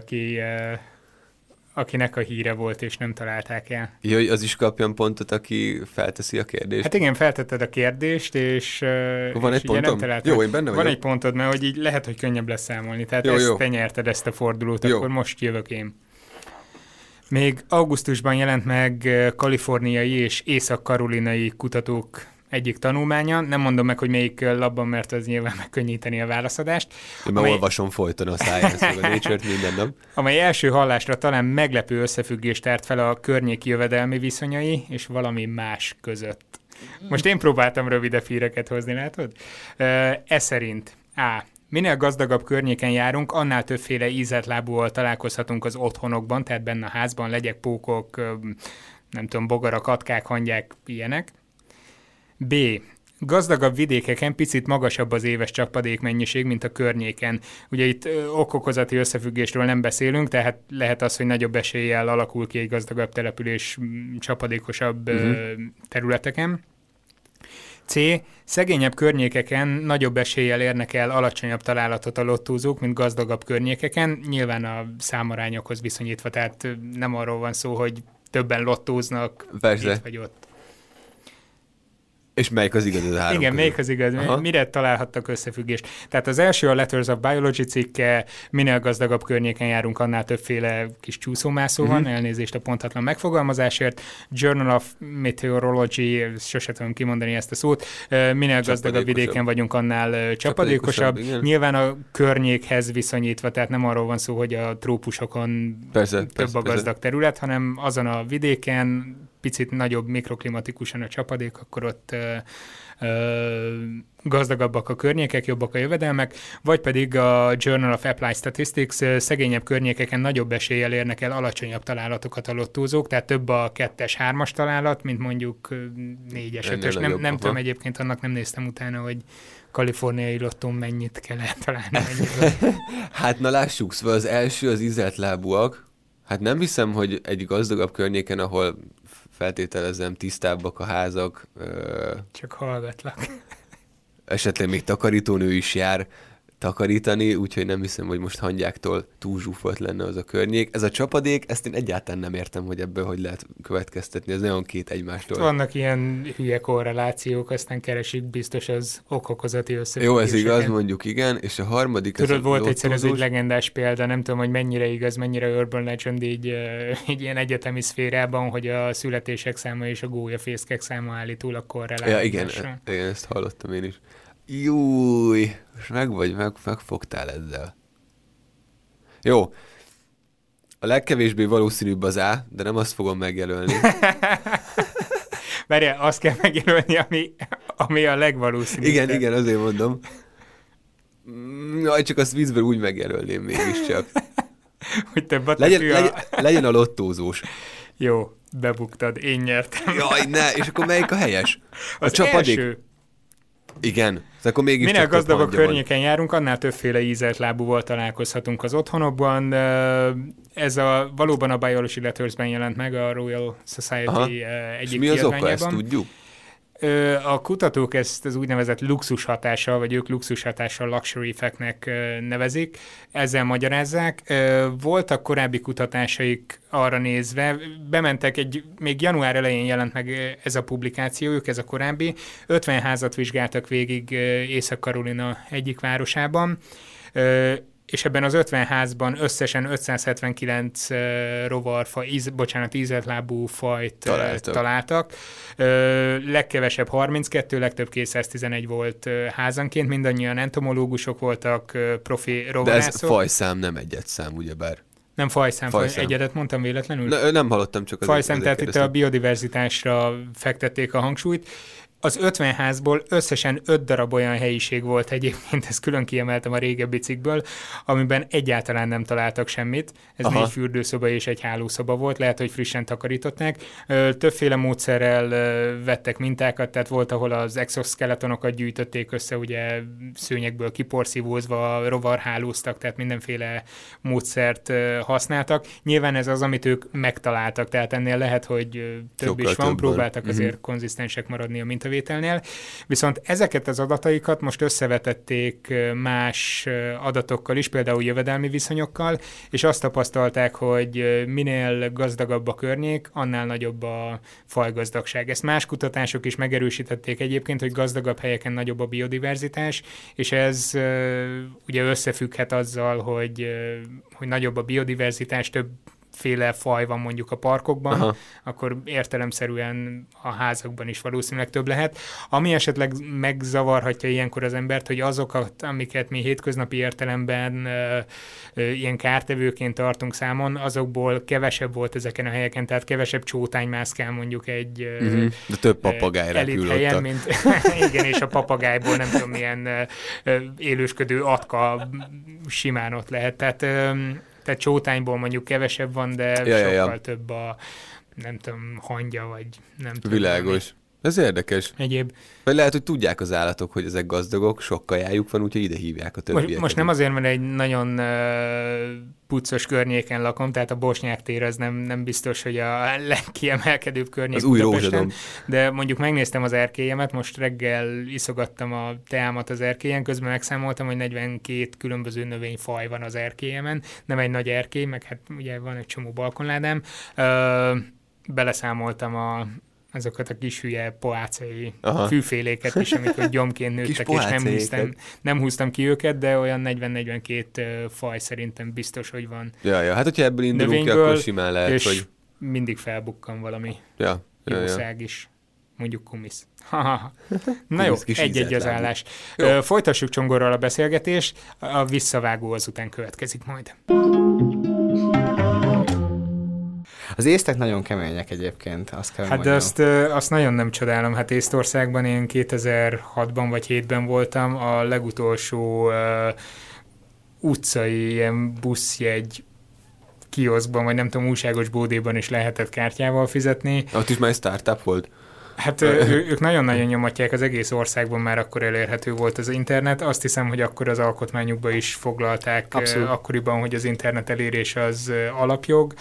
akinek a híre volt, és nem találták el. Jó, az is kapjon pontot, aki felteszi a kérdést? Hát igen, feltetted a kérdést, és van egy pontom? Jó, én benne vagyok. Van egy pontod, mert hogy így lehet, hogy könnyebb lesz számolni. Tehát te nyerted ezt a fordulót, akkor most jövök én. Még augusztusban jelent meg kaliforniai és észak-karolinai kutatók egyik tanulmánya, nem mondom meg, hogy melyik labban, mert az nyilván megkönnyíteni a válaszadást. Én már olvasom folyton a Science, a Nature-t minden nap. Amely első hallásra talán meglepő összefüggést tárt fel a környéki jövedelmi viszonyai és valami más között. Most én próbáltam rövidebb híreket hozni, látod? Ez szerint A. Minél gazdagabb környéken járunk, annál többféle ízeltlábúval találkozhatunk az otthonokban, tehát benne a házban, legyek, pókok, nem tudom, bogarak, atkák, hangyák, ilyenek. B. Gazdagabb vidékeken picit magasabb az éves csapadékmennyiség, mint a környéken. Ugye itt okokozati összefüggésről nem beszélünk, tehát lehet az, hogy nagyobb eséllyel alakul ki egy gazdagabb település csapadékosabb területeken. C. Szegényebb környékeken nagyobb eséllyel érnek el alacsonyabb találatot a lottózók, mint gazdagabb környékeken, nyilván a számarányokhoz viszonyítva, tehát nem arról van szó, hogy többen lottóznak itt vagy ott. És melyik az igaz az három Igen, közül? melyik az igaz? Aha. Mire találhattak összefüggést? Tehát az első a Letters of Biology cikke, minél gazdagabb környéken járunk, annál többféle kis csúszómászó van, elnézést a pontatlan megfogalmazásért. Journal of Meteorology, sose tudom kimondani ezt a szót, minél gazdagabb vidéken vagyunk, annál csapadékosabb. Nyilván a környékhez viszonyítva, tehát nem arról van szó, hogy a trópusokon több a gazdag terület, hanem azon a vidéken, picit nagyobb mikroklimatikusan a csapadék, akkor ott gazdagabbak a környékek, jobbak a jövedelmek, vagy pedig a Journal of Applied Statistics szegényebb környékeken nagyobb eséllyel érnek el alacsonyabb találatokat a lottózók, tehát több a 2-es, 3-as találat, mint mondjuk 4-es, 5-ös. Nem tudom, egyébként annak nem néztem utána, hogy kaliforniai lottón mennyit kell eltalálni. Hát na lássuk, szóval az első az ízeltlábúak. Hát nem hiszem, hogy egy gazdagabb környéken, ahol feltételezem tisztábbak a házak. Csak hallgatlak. Esetleg még takarítónő is jár takarítani, úgyhogy nem hiszem, hogy most hangyáktól túl zsúfolt lenne az a környék. Ez a csapadék, ezt én egyáltalán nem értem, hogy ebből hogy lehet következtetni, ez nagyon két egymástól. Vannak ilyen hülye korrelációk, aztán keresik biztos az okokozati összefüggéseket. Jó, ez igaz, mondjuk igen, és a harmadik... Tudod, volt egyszer ez egy legendás példa, nem tudom, hogy mennyire igaz, mennyire urban legend így ilyen egyetemi szférában, hogy a születések száma és a gólyafészkek száma állítólag korrelálásra. Ja, igen, ezt hallottam én is. Júj, most megfogtál ezzel. Jó. A legkevésbé valószínűbb az A, de nem azt fogom megjelölni. Várjál, azt kell megjelölni, ami a legvalószínűbb. Igen, azért mondom. Csak azt vízből úgy megjelölném mégiscsak. Hogy te legyen a lottózós. Jó, bebuktad, én nyertem. Jaj, ne, és akkor melyik a helyes? Az csapadék. Első. Igen. Akkor mégis minél gazdagabb környéken járunk, annál többféle ízelt lábúval találkozhatunk az otthonokban. Ez valóban a Biology Letters-ben jelent meg, a Royal Society egyik kiadványában. És mi az oka, ezt tudjuk? A kutatók ezt az úgynevezett luxus hatással, vagy ők luxus hatással luxury effectnek nevezik, ezzel magyarázzák. Voltak korábbi kutatásaik arra nézve, bementek még január elején jelent meg ez a publikációjuk, ez a korábbi, 50 házat vizsgáltak végig Észak-Carolina egyik városában, és ebben az 50 házban összesen 579 ízeltlábú fajt találtak. Legkevesebb 32, legtöbb 211 volt házanként, mindannyian entomológusok voltak, profi rovarászok. De ez fajszám, nem egyedszám, ugyebár. Nem fajszám. Egyedet mondtam véletlenül? Nem hallottam, csak fajszám, tehát itt a biodiverzitásra fektették a hangsúlyt. Az 50 házból összesen 5 darab olyan helyiség volt egyébként, ezt külön kiemeltem a régebbi cikkből, amiben egyáltalán nem találtak semmit. Ez 4 fürdőszoba és egy hálószoba volt, lehet, hogy frissen takarították. Többféle módszerrel vettek mintákat, tehát volt, ahol az exoskeletonokat gyűjtötték össze, ugye szőnyekből kiporszívózva, rovarhálóztak, tehát mindenféle módszert használtak. Nyilván ez az, amit ők megtaláltak, tehát ennél lehet, hogy több is van, próbáltak azért konzisztensek maradni a mintavételnél. Viszont ezeket az adataikat most összevetették más adatokkal is, például jövedelmi viszonyokkal, és azt tapasztalták, hogy minél gazdagabb a környék, annál nagyobb a fajgazdagság. Ezt más kutatások is megerősítették egyébként, hogy gazdagabb helyeken nagyobb a biodiverzitás, és ez ugye összefügghet azzal, hogy nagyobb a biodiverzitás, több féle faj van mondjuk a parkokban, akkor értelemszerűen a házakban is valószínűleg több lehet. Ami esetleg megzavarhatja ilyenkor az embert, hogy azokat, amiket mi hétköznapi értelemben ilyen kártevőként tartunk számon, azokból kevesebb volt ezeken a helyeken, tehát kevesebb csótány mászkál mondjuk egy de több papagáj repül helyen, mint igen, és a papagájból nem tudom milyen élősködő atka simán ott lehet. Tehát csótányból mondjuk kevesebb van, de sokkal több a, nem tudom, hangya, vagy nem tudom. Világos. Ez érdekes. Egyéb. Vagy lehet, hogy tudják az állatok, hogy ezek gazdagok, sok kajájuk van, úgyhogy ide hívják a többieket. Most nem azért, mert egy nagyon puccos környéken lakom, tehát a Bosnyák tér az nem biztos, hogy a legkiemelkedőbb környék. Az új Rózsadom. De mondjuk megnéztem az erkélyemet, most reggel iszogattam a teámat az erkélyen, közben megszámoltam, hogy 42 különböző növényfaj van az erkélyemen. Nem egy nagy erkély, meg hát ugye van egy csomó balkonládám. Beleszámoltam azokat a kis hülye poácai fűféléket is, amikor gyomként nőttek, és nem húztam ki őket, de olyan 40-42 faj szerintem biztos, hogy van. Ja, hát hogyha ebből indulunk ki, akkor simán lehet, és hogy... mindig felbukkan valami jószág is. Mondjuk kumisz. Na jó, egy-egy az állás. Folytassuk Csongorral a beszélgetést, a visszavágó azután következik majd. Az észtek nagyon kemények egyébként, azt kell mondjam. De azt nagyon nem csodálom. Hát Észtországban én 2006-ban vagy 2007-ben voltam, a legutolsó utcai ilyen buszjegy kioszkban, vagy nem tudom, újságos bódéban is lehetett kártyával fizetni. Ott is már egy startup volt? Hát ők nagyon-nagyon nyomatják, az egész országban már akkor elérhető volt az internet. Azt hiszem, hogy akkor az alkotmányukba is foglalták akkoriban, hogy az internet elérés az alapjog.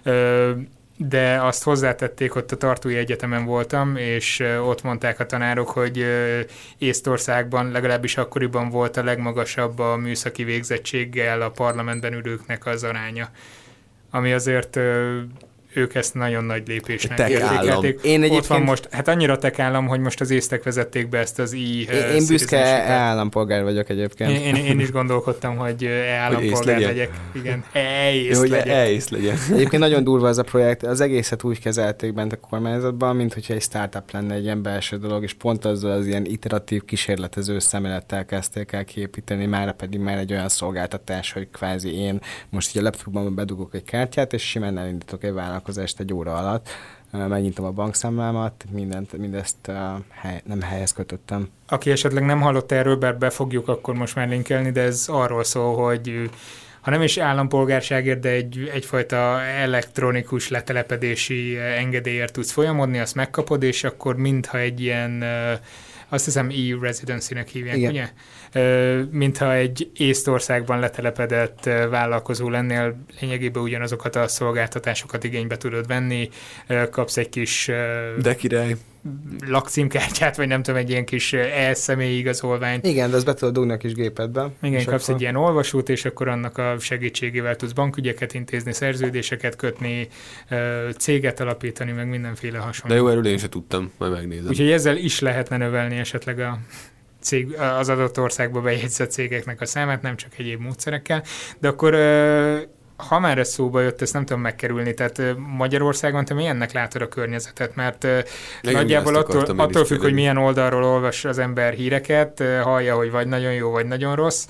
De azt hozzátették, ott a Tartui Egyetemen voltam, és ott mondták a tanárok, hogy Észtországban legalábbis akkoriban volt a legmagasabb a műszaki végzettséggel a parlamentben ülőknek az aránya. Ami azért... ők ezt nagyon nagy lépésnek értékelték. Ott van most, hát annyira tech állam, hogy most az észtek vezették be ezt az Én büszke állampolgár vagyok egyébként. Én is gondolkodtam, hogy állampolgár legyek. Igen, ész legyen. Egyébként nagyon durva ez a projekt. Az egészet úgy kezelték bent a kormányzatban, mint hogyha egy startup lenne, egy ilyen belső dolog, és pont azzal az ilyen iteratív, kísérletező szemlélettel kezdték el kiépíteni, mára pedig már egy olyan szolgáltatás, hogy kvázi én most így a laptopban bedugok egy kártyát, és simán elindítok egy vállalkozást egy óra alatt, megnyitom a bankszámlámat, mindezt nem helyhez kötöttem. Aki esetleg nem hallott erről, bár be fogjuk akkor most már linkelni, de ez arról szól, hogy ha nem is állampolgárságért, de egyfajta elektronikus letelepedési engedélyért tudsz folyamodni, azt megkapod, és akkor mintha egy ilyen, azt hiszem e-residency-nek hívják, igen. Ugye? Mintha egy Észtországban letelepedett vállalkozó lennél, lényegében ugyanazokat a szolgáltatásokat igénybe tudod venni, kapsz egy kis... De király. Lakcímkártyát, vagy nem tudom, egy ilyen kis személyi igazolványt. Igen, de ezt be tudod dugni a kis gépedbe. Igen, kapsz egy ilyen olvasót, és akkor annak a segítségével tudsz bankügyeket intézni, szerződéseket kötni, céget alapítani, meg mindenféle hasonló. De jó, erről én sem tudtam, majd megnézem. Úgyhogy ezzel is lehetne növelni esetleg az adott országba bejegyzett cégeknek a számát, nem csak egyéb módszerekkel. De akkor... ha már ez szóba jött, ezt nem tudom megkerülni, tehát Magyarországon te milyennek látod a környezetet, mert nagyjából attól függ, hogy milyen oldalról olvas az ember híreket, hallja, hogy vagy nagyon jó, vagy nagyon rossz.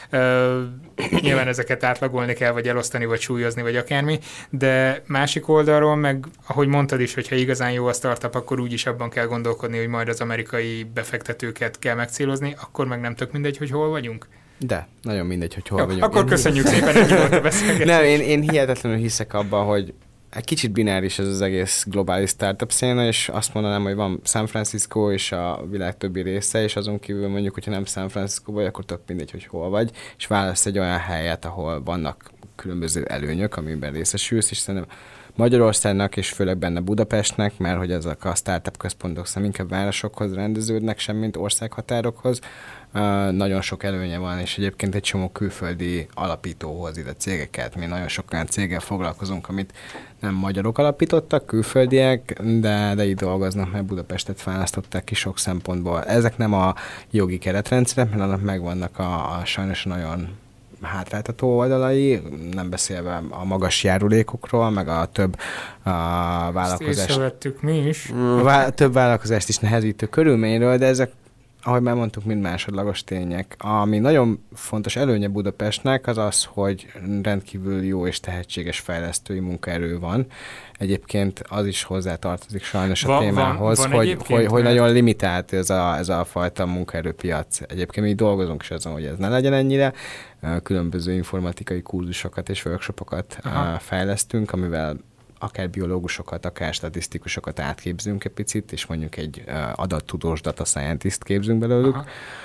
Nyilván ezeket átlagolni kell, vagy elosztani, vagy súlyozni, vagy akármi, de másik oldalról meg, ahogy mondtad is, hogyha igazán jó a startup, akkor úgyis abban kell gondolkodni, hogy majd az amerikai befektetőket kell megcélozni, akkor meg nem tök mindegy, hogy hol vagyunk. De, nagyon mindegy, hogy hol vagyunk. Akkor köszönjük szépen, hogy volt a beszélgetés. Nem, én hihetetlenül hiszek abban, hogy egy kicsit bináris ez az egész globális startup széna, és azt mondanám, hogy van San Francisco és a világ többi része, és azon kívül mondjuk, hogyha nem San Francisco vagy, akkor tök mindegy, hogy hol vagy, és válasz egy olyan helyet, ahol vannak különböző előnyök, amiben részesülsz, és szerintem Magyarországnak, és főleg benne Budapestnek, mert hogy ezek a startup központok szerintem inkább városokhoz rendeződnek, semmint országhatárokhoz. Nagyon sok előnye van, és egyébként egy csomó külföldi alapítóhoz ide cégeket. Mi nagyon sok olyan céggel foglalkozunk, amit nem magyarok alapítottak, külföldiek, de itt dolgoznak, mert Budapestet választották ki sok szempontból. Ezek nem a jogi keretrendszerek, mert annak megvannak a sajnos nagyon hátráltató oldalai, nem beszélve a magas járulékokról, meg a több vállalkozást. Észrevettük mi is. Több vállalkozást is nehezítő körülményről, de ezek, ahogy már mondtuk, mind másodlagos tények. Ami nagyon fontos előnye Budapestnek az az, hogy rendkívül jó és tehetséges fejlesztői munkaerő van. Egyébként az is hozzátartozik sajnos a témához, hogy nagyon limitált ez a fajta munkaerőpiac. Egyébként mi dolgozunk is azon, hogy ez ne legyen ennyire. Különböző informatikai kurzusokat és workshopokat fejlesztünk, amivel akár biológusokat, akár statisztikusokat átképzünk egy picit, és mondjuk egy adattudós data scientist képzünk belőlük.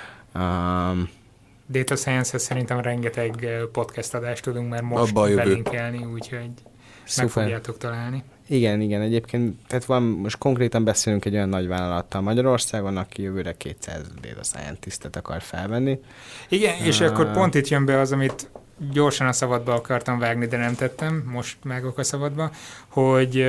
Data Science-hez szerintem rengeteg podcast adást tudunk már most belinkelni, úgyhogy meg fogjátok találni. Igen, egyébként, tehát most konkrétan beszélünk egy olyan nagy vállalattal Magyarországon, aki jövőre 200 data scientistet akar felvenni. Igen, és akkor pont itt jön be az, amit gyorsan a szabadba akartam vágni, de nem tettem, most vágok a szabadba, hogy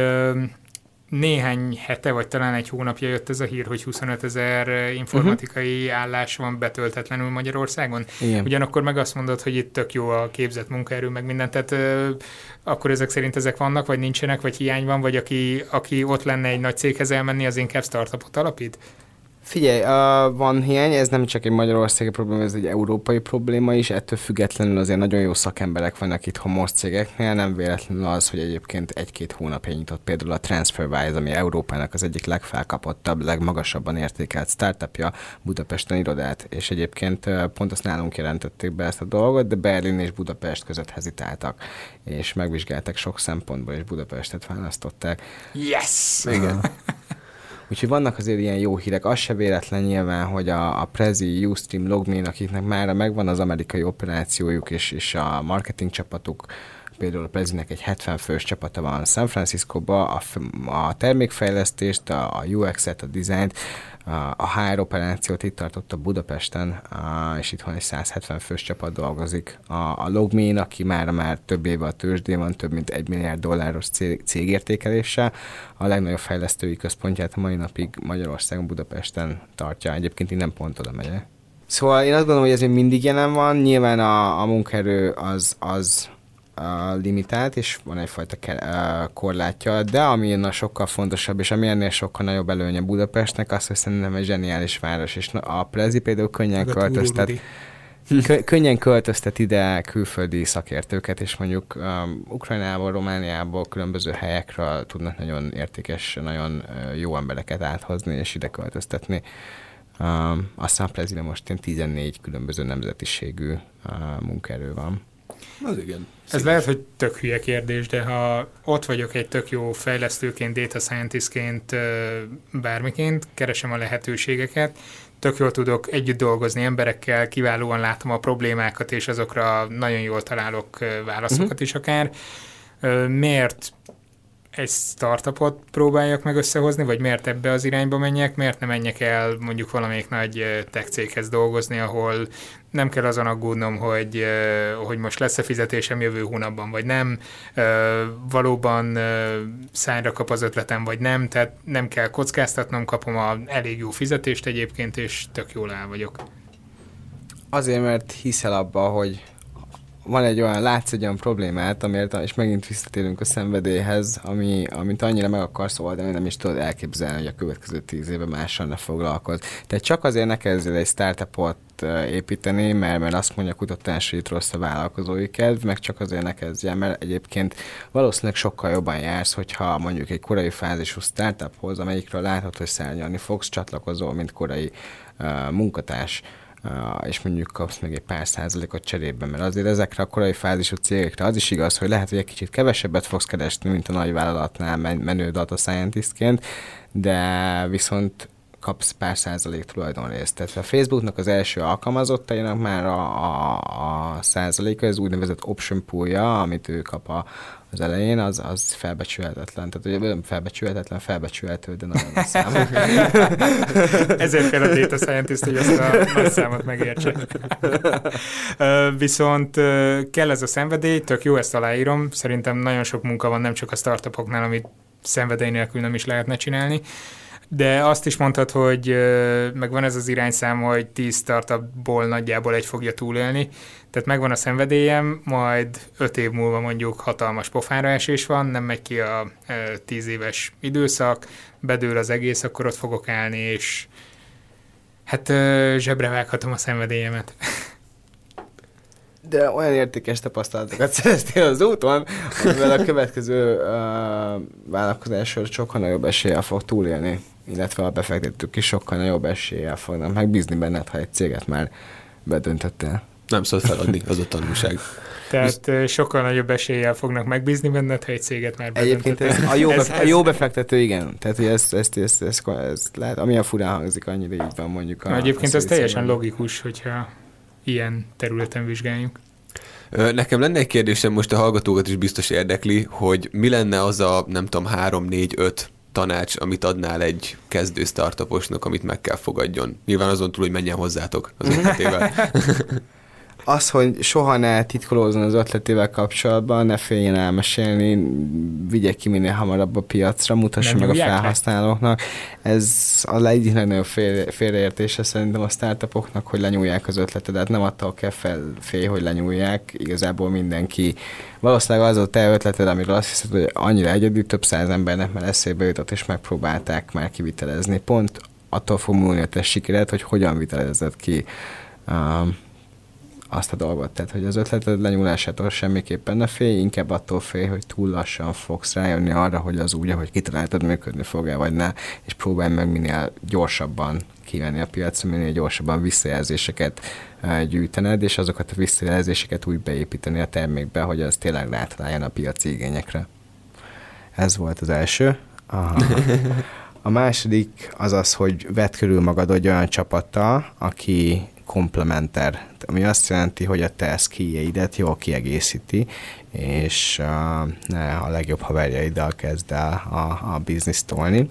néhány hete, vagy talán egy hónapja jött ez a hír, hogy 25 000 informatikai állás van betöltetlenül Magyarországon. Igen. Ugyanakkor meg azt mondod, hogy itt tök jó a képzett munkaerő, meg minden, tehát akkor ezek szerint ezek vannak, vagy nincsenek, vagy hiány van, vagy aki ott lenne egy nagy céghez elmenni, az inkább startupot alapít? Figyelj, van hiány, ez nem csak egy magyarországi probléma, ez egy európai probléma is, ettől függetlenül azért nagyon jó szakemberek vannak itt homos cégeknél, nem véletlenül az, hogy egyébként 1-2 hónapja nyitott például a TransferWise, ami Európának az egyik legfelkapottabb, legmagasabban értékelt startupja, Budapesten irodát, és egyébként pont azt nálunk jelentették be ezt a dolgot, de Berlin és Budapest között hezitáltak, és megvizsgálták sok szempontból, és Budapestet választották. Yes! Igen. Úgyhogy vannak azért ilyen jó hírek. Az se véletlen nyilván, hogy a Prezi, Ustream, Logmein, akiknek már megvan az amerikai operációjuk és a marketing csapatuk, például a Prezinek egy 70 fős csapata van San Franciscoba, a termékfejlesztést, a UX-et, a dizájnt, a HR operációt itt tartotta Budapesten, és itthon egy 170 fős csapat dolgozik. A Logmein, aki már több éve a tőzsdén van, több mint $1 milliárd cégértékeléssel, a legnagyobb fejlesztői központját a mai napig Magyarországon, Budapesten tartja. Egyébként innen pont oda megyek. Szóval én azt gondolom, hogy ez még mindig jelen van. Nyilván a munkaerő az limitált, és van egyfajta korlátja, de ami sokkal fontosabb, és ami ennél sokkal nagyobb előnye Budapestnek, az, hogy szerintem egy zseniális város, és a Prezi például könnyen költöztet ide külföldi szakértőket, és mondjuk Ukrajnából, Romániából, különböző helyekről tudnak nagyon értékes, nagyon jó embereket áthozni, és ide költöztetni. Aztán a Prezire most 14 különböző nemzetiségű munkaerő van. Az igen. Ez lehet, hogy tök hülye kérdés, de ha ott vagyok egy tök jó fejlesztőként, data scientistként, bármiként, keresem a lehetőségeket, tök jól tudok együtt dolgozni emberekkel, kiválóan látom a problémákat, és azokra nagyon jól találok válaszokat is akár. Miért egy startupot próbáljak meg összehozni, vagy miért ebbe az irányba menjek, miért ne menjek el mondjuk valamelyik nagy tech céghez dolgozni, ahol nem kell azon aggódnom, hogy most lesz-e fizetésem jövő hónapban, vagy nem, valóban szányra kap az ötletem, vagy nem, tehát nem kell kockáztatnom, kapom elég jó fizetést egyébként, és tök jól el vagyok. Azért, mert hiszel abba, hogy látsz egy olyan problémát, amiért, és megint visszatérünk a szenvedélyhez, amit annyira meg akarsz oldani, nem is tudod elképzelni, hogy a következő 10 évben mással ne foglalkozz. Tehát csak azért ne kezdjél egy startupot építeni, mert azt mondja a kutatás, hogy itt rossz a vállalkozói kedv, meg csak azért ne kezdjél, mert egyébként valószínűleg sokkal jobban jársz, hogyha mondjuk egy korai fázisú startuphoz, amelyikről látod, hogy szárnyalni fogsz, csatlakozol, mint korai munkatárs, és mondjuk kapsz meg egy pár százalékot cserében, mert azért ezekre a korai fázisú cégekre az is igaz, hogy lehet, hogy egy kicsit kevesebbet fogsz keresni, mint a nagy vállalatnál menő data scientistként, de viszont kapsz pár százalék tulajdonrészt. Tehát a Facebooknak az első alkalmazottainak már a százaléka, ez úgynevezett option poolja, amit ő kap az elején, az felbecsülhetetlen. Tehát ugye felbecsülhető, de nagyon nagy szám. Ezért kell a data scientist, hogy ezt a nagy számot megértse. Viszont kell ez a szenvedély, tök jó, ezt aláírom. Szerintem nagyon sok munka van, nem csak a startupoknál, amit szenvedély nélkül nem is lehetne csinálni. De azt is mondtad, hogy megvan ez az irányszám, hogy 10 startupból nagyjából egy fogja túlélni. Tehát megvan a szenvedélyem, majd 5 év múlva mondjuk hatalmas pofánra esés van, nem megy ki a 10 éves időszak, bedől az egész, akkor ott fogok állni, és hát zsebre vághatom a szenvedélyemet. De olyan értékes tapasztalatokat szereztél az úton, amivel a következő vállalkozásról sokkal nagyobb eséllyel fog túlélni, illetve a befektetők is sokkal nagyobb eséllyel fognak megbízni benned, ha egy céget már bedöntöttél. Nem szabad feladni, az a tanulság. Tehát sokkal nagyobb eséllyel fognak megbízni benned, ha egy céget már bedöntöttél. Egyébként a jó befektető, igen. Tehát, hogy ez lehet, amilyen furán hangzik, annyira így van mondjuk. Egyébként ez teljesen logikus, hogyha ilyen területen vizsgáljuk. Nekem lenne egy kérdésem, most a hallgatókat is biztos érdekli, hogy mi lenne az a, nem tudom, 3-4-5 tanács, amit adnál egy kezdő startuposnak, amit meg kell fogadjon. Nyilván azon túl, hogy menjen hozzátok az ötletével. Az, hogy soha ne titkolózzon az ötletével kapcsolatban, ne féljen elmesélni, vigye ki minél hamarabb a piacra, mutassa meg a felhasználóknak. Ez a egyik legnagyobb félreértése szerintem a startupoknak, hogy lenyúlják az ötletedet. Nem attól kell félj, hogy lenyúlják, igazából mindenki. Valószínűleg az a te ötleted, amiről azt hiszed, hogy annyira egyedül, több száz embernek már eszébe jutott, és megpróbálták már kivitelezni. Pont attól fog múlni a te sikered, hogy hogyan vitelezed ki azt a dolgot. Tehát, hogy az ötleted lenyúlásától semmiképpen ne félj, inkább attól félj, hogy túl lassan fogsz rájönni arra, hogy az úgy, ahogy kitaláltad, működni fog-e, vagy ne, és próbálj meg minél gyorsabban kivenni a piacra, minél gyorsabban visszajelzéseket gyűjtened, és azokat a visszajelzéseket úgy beépíteni a termékbe, hogy az tényleg rátaláljon a piaci igényekre. Ez volt az első. A második az az, hogy vedd körül magad egy olyan csapattal, aki komplementer, ami azt jelenti, hogy a te skilljeidet jól kiegészíti, és a legjobb haverjaiddal kezd el a bizniszt tolni.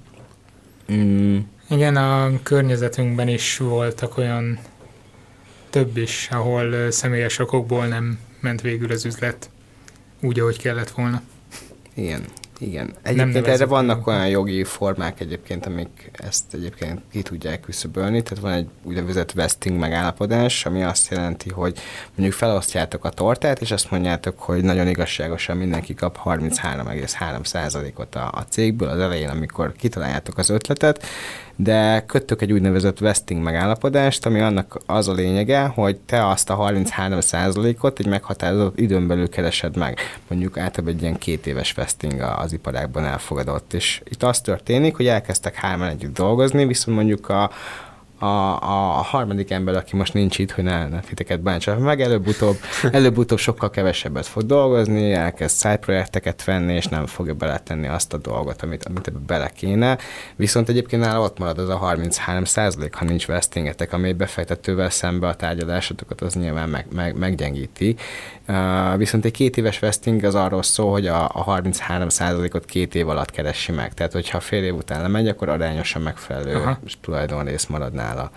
Igen, a környezetünkben is voltak olyan több is, ahol személyes okokból nem ment végül az üzlet úgy, ahogy kellett volna. Igen. Egyébként erre vannak olyan jogi formák egyébként, amik ezt egyébként ki tudják küszöbölni, tehát van egy úgynevezett vesting megállapodás, ami azt jelenti, hogy mondjuk felosztjátok a tortát, és azt mondjátok, hogy nagyon igazságosan mindenki kap 33,3%-ot a cégből az elején, amikor kitaláljátok az ötletet, de köttök egy úgynevezett vesting megállapodást, ami annak az a lényege, hogy te azt a 33%-ot egy meghatározott időn belül keresed meg. Mondjuk általában egy ilyen 2 éves vesting az iparágban elfogadott. És itt az történik, hogy elkezdtek 3-an együtt dolgozni, viszont mondjuk a harmadik ember, aki most nincs itt, hogy ne titeket bántsa meg, előbb-utóbb sokkal kevesebbet fog dolgozni, elkezd side projekteket venni, és nem fogja beletenni azt a dolgot, amit ebbe bele kéne. Viszont egyébként nála ott marad az a 33%, ha nincs vestingetek, ami egy befektetővel szembe a tárgyalásotokat, az nyilván meggyengíti. Viszont egy 2 éves vesting az arról szól, hogy a 33%-ot 2 év alatt keresi meg. Tehát, hogyha fél év után lemegy, akkor arányosan megfelelő tulajdonrész marad nála.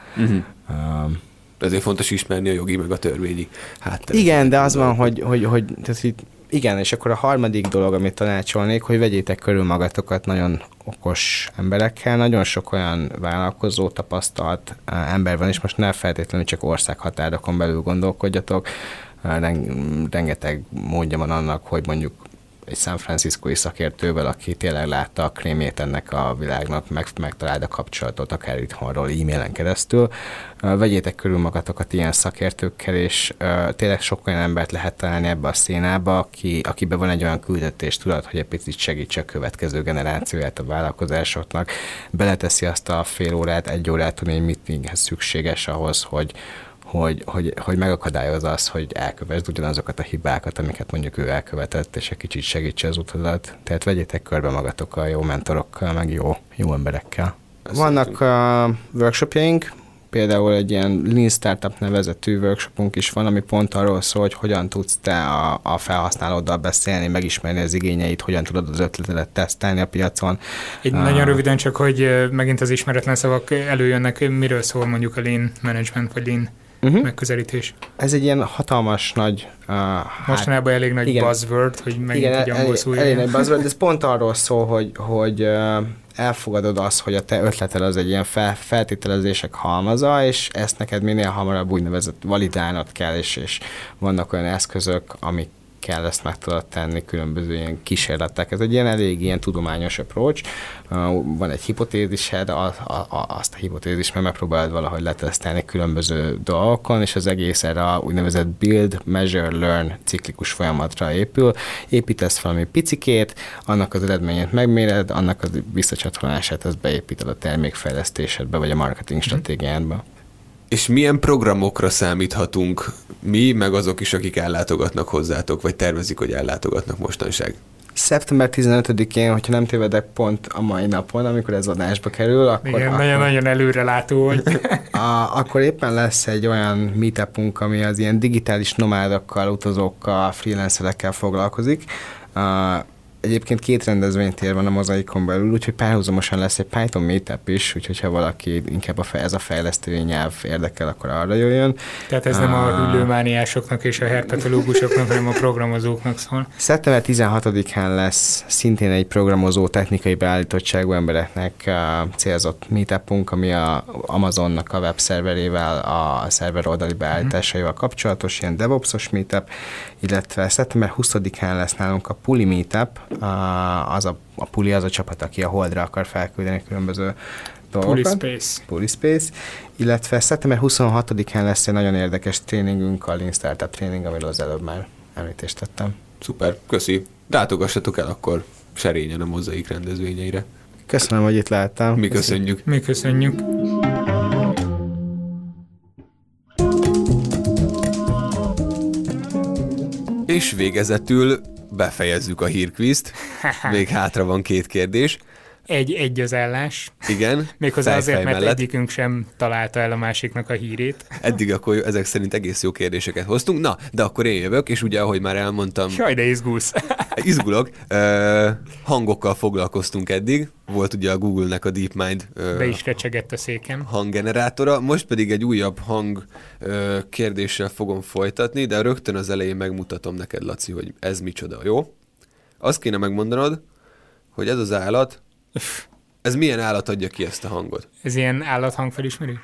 Ezért fontos ismerni a jogi meg a törvényi hátteret. Igen, de az van, hogy tehát itt, igen, és akkor a harmadik dolog, amit tanácsolnék, hogy vegyétek körül magatokat nagyon okos emberekkel, nagyon sok olyan vállalkozó tapasztalt ember van, és most ne feltétlenül csak országhatárokon belül gondolkodjatok, rengeteg módja van annak, hogy mondjuk egy San Franciscói szakértővel, aki tényleg látta a krémjét ennek a világnak, megtaláld a kapcsolatot, akár itthonról, e-mailen keresztül. Vegyétek körül magatokat ilyen szakértőkkel, és tényleg sok olyan embert lehet találni ebbe a szénába, akiben van egy olyan küldetés, tudod, hogy egy picit segítse a következő generációját a vállalkozásoknak, beleteszi azt a fél órát, 1 órát, ami egy meetinghez szükséges ahhoz, hogy megakadályozza azt, hogy elkövesd ugyanazokat a hibákat, amiket mondjuk ő elkövetett, és egy kicsit segítse az utadat. Tehát vegyétek körbe magatokkal, jó mentorokkal, meg jó emberekkel. Vannak workshopjaink, például egy ilyen Lean Startup nevezetű workshopunk is van, ami pont arról szól, hogy hogyan tudsz te a felhasználóddal beszélni, megismerni az igényeit, hogyan tudod az ötletedet tesztelni a piacon. Nagyon röviden csak, hogy megint az ismeretlen szavak előjönnek, miről szól mondjuk a Lean Management, vagy Lean megközelítés. Ez egy ilyen hatalmas nagy... Mostanában elég nagy buzzword, hogy megint egy angol szó. Elég nagy buzzword, ez pont arról szól, hogy elfogadod azt, hogy a te ötleted az egy ilyen feltételezések halmaza, és ezt neked minél hamarabb úgynevezett validálnod kell, és vannak olyan eszközök, amik kell ezt meg tudod tenni, különböző ilyen kísérletek. Ez egy ilyen elég ilyen tudományos approach. Van egy hipotézised, azt a hipotézist megpróbálod valahogy letesztelni különböző dolgokon, és az egész erre a úgynevezett build, measure, learn ciklikus folyamatra épül. Építesz valami picikét, annak az eredményét megméred, annak az visszacsatolását az beépíted a termékfejlesztésedbe, vagy a marketing stratégiádba. És milyen programokra számíthatunk mi, meg azok is, akik ellátogatnak hozzátok, vagy tervezik, hogy ellátogatnak mostanság? Szeptember 15-én, hogyha nem tévedek pont a mai napon, amikor ez adásba kerül, akkor... Igen, nagyon-nagyon előrelátó vagy. Akkor éppen lesz egy olyan meetupunk, ami az ilyen digitális nomádokkal, utazókkal, freelancerekkel foglalkozik. Egyébként 2 rendezvénytér van a Mozaikon belül, úgyhogy párhuzamosan lesz egy Python meetup is, úgyhogy ha valaki inkább ez a fejlesztői nyelv érdekel, akkor arra jöjjön. Tehát ez nem a hüllőmániásoknak és a herpetológusoknak, hanem a programozóknak szól. Szeptember 16-án lesz szintén egy programozó technikai beállítottságú embereknek célzott meetupunk, ami a Amazonnak a webszerverével, a szerver oldali beállításaival kapcsolatos, ilyen DevOps-os meetup, illetve szeptember 20-án lesz nálunk a Puli meetup, a Puli az a csapat, aki a Holdra akar felküldeni különböző dolgokat. Puli Space. Illetve szeptember 26-án lesz egy nagyon érdekes tréningünk, a Lean Startup tréning, amiről az előbb már említést tettem. Szuper, köszi. Látogassatok el akkor Serényen a Mozaik rendezvényeire. Köszönöm, hogy itt lehettem. Mi köszönjük. Mi köszönjük. És végezetül befejezzük a hírkvízt. Még hátra van 2 kérdés. Egy az állás. Igen. Méghozzá azért, mert egyikünk sem találta el a másiknak a hírét. Eddig akkor ezek szerint egész jó kérdéseket hoztunk. Na, de akkor én jövök, és ugye, ahogy már elmondtam... Jaj, de izgulsz. Izgulok. Hangokkal foglalkoztunk eddig. Volt ugye a Google-nek a DeepMind be is recsegett a székem. Hanggenerátora. Most pedig egy újabb hang kérdéssel fogom folytatni, de rögtön az elején megmutatom neked, Laci, hogy ez micsoda, jó? Azt kéne megmondanod, hogy ez az állat, ez milyen állat adja ki ezt a hangot? Ez ilyen állathangfelismerő?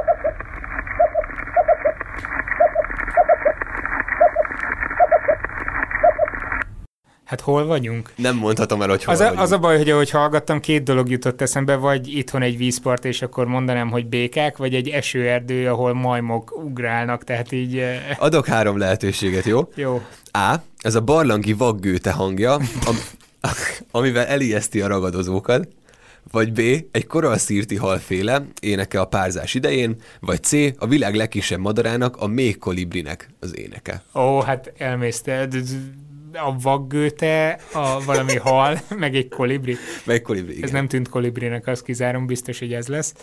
Hát hol vagyunk? Nem mondhatom el, hogy hol vagyunk. Az a baj, hogy ahogy hallgattam, 2 dolog jutott eszembe, vagy itthon egy vízpart, és akkor mondanám, hogy békák, vagy egy esőerdő, ahol majmok ugrálnak, tehát így... Adok 3 lehetőséget, jó? Jó. A. Ez a barlangi vaggőte hangja, amivel elijeszti a ragadozókat. Vagy B. Egy korallszirti halféle éneke a párzás idején. Vagy C. A világ legkisebb madarának, a méh kolibrinek az éneke. Ó, hát elmészte. A vaggőte, valami hal, meg egy kolibri. Meg kolibri, igen. Ez nem tűnt kolibrinek, azt kizárom, biztos, hogy ez lesz.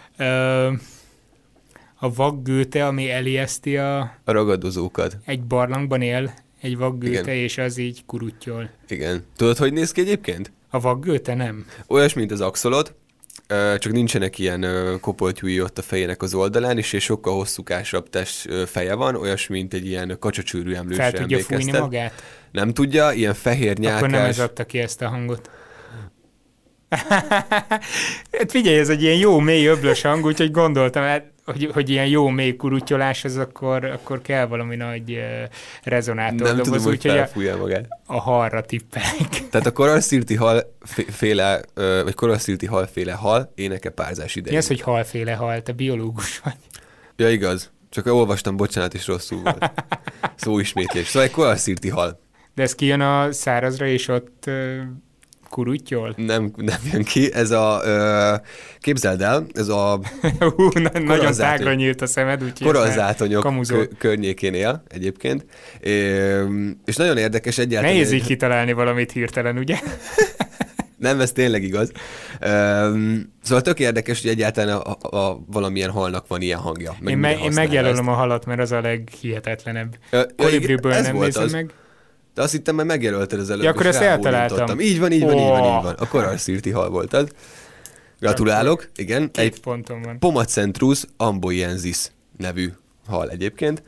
A vaggőte, ami elijeszti a ragadozókat. Egy barlangban él egy vaggőte, igen. És az így kuruttyol. Igen. Tudod, hogy néz ki egyébként? A vaggőte nem. Olyas, mint az axolot, csak nincsenek ilyen kopoltyúi ott a fejének az oldalán, és sokkal hosszúkásabb feje van, olyas, mint egy ilyen kacsacsőrű emlősre fel tudja fújni magát? Nem tudja, ilyen fehér nyálkás. Akkor nem ez adta ki ezt a hangot. Hát figyelj, ez egy ilyen jó, mély, öblös hang, úgyhogy gondoltam, hogy ilyen jó, mély kurutyolás, az akkor kell valami nagy rezonátor. Nem tudom, hogy felfújja magát. A halra tippelek. Tehát a korallszirti halféle, vagy korallszirti halféle hal éneke párzás idején. Mi az, hogy halféle hal? Te biológus vagy. Ja, igaz. Csak olvastam, bocsánat, és rosszul volt. Szóismétlés. Szóval egy korallszirti hal. De ez kijön a szárazra, és ott kuruttyol? Nem jön ki. Ez képzeld el, ez a nagyon tágra nyílt a szemed, úgyhogy korallzátonyok környékén él egyébként. És nagyon érdekes egyáltalán. Nehéz így kitalálni valamit hirtelen, ugye? Nem, ez tényleg igaz. Szóval tök érdekes, hogy egyáltalán valamilyen halnak van ilyen hangja. Én megjelölöm a halat, mert az a leghihetetlenebb. Kolibriből nem nézem meg. De azt hittem, mert megjelölted az előbb, ja, akkor ezt eltaláltam. Így van. A korallszirti hal volt az. Gratulálok, igen. 2 ponton van. Pomacentrus amboiensis nevű hal egyébként.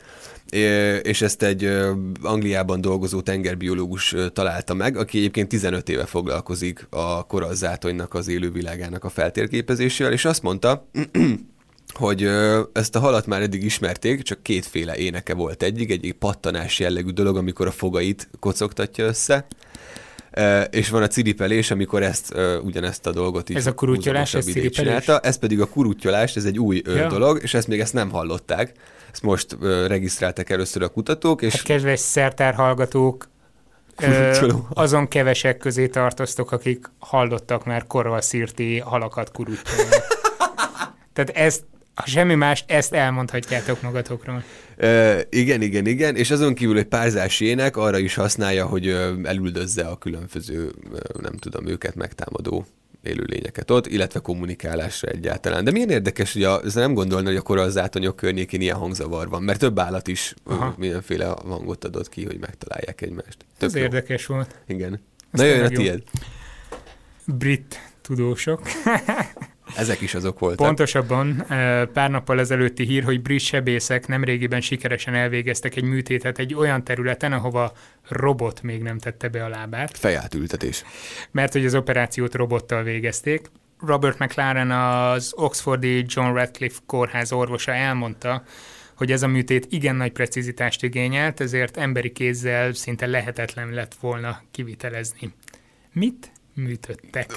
és ezt egy Angliában dolgozó tengerbiológus találta meg, aki egyébként 15 éve foglalkozik a korallzátonynak az élővilágának a feltérképezésével, és azt mondta, hogy ezt a halat már eddig ismerték, csak kétféle éneke volt egyik pattanás jellegű dolog, amikor a fogait kocogtatja össze, és van a ciripelés, amikor ugyanezt a dolgot így ez a kurutyolás, ez ciripelés? Ez pedig a kurutyolás, ez egy új dolog, és ezt nem hallották. Ezt most regisztrálták először a kutatók. És... Hát kedves szertárhallgatók, azon kevesek közé tartoztok, akik hallottak már korallszirti halakat kurutyolni. Tehát ezt, ha semmi más, ezt elmondhatjátok magatokról. Igen, és azon kívül egy párzási ének arra is használja, hogy elüldözze a különböző, nem tudom, őket megtámadó élőlényeket ott, illetve kommunikálásra egyáltalán. De milyen érdekes, hogy ez nem gondolna, hogy a korallzátonyok környékén ilyen hangzavar van, mert több állat is mindenféle hangot adott ki, hogy megtalálják egymást. Ez érdekes volt. Igen. Na jöjjön a tiéd. Brit tudósok. Ezek is azok voltak. Pontosabban pár nappal ezelőtti hír, hogy brit sebészek nemrégiben sikeresen elvégeztek egy műtétet egy olyan területen, ahova robot még nem tette be a lábát. Fejátültetés. Mert hogy az operációt robottal végezték. Robert McLaren, az Oxfordi John Radcliffe kórház orvosa elmondta, hogy ez a műtét igen nagy precizitást igényelt, ezért emberi kézzel szinte lehetetlen lett volna kivitelezni. Mit műtöttek?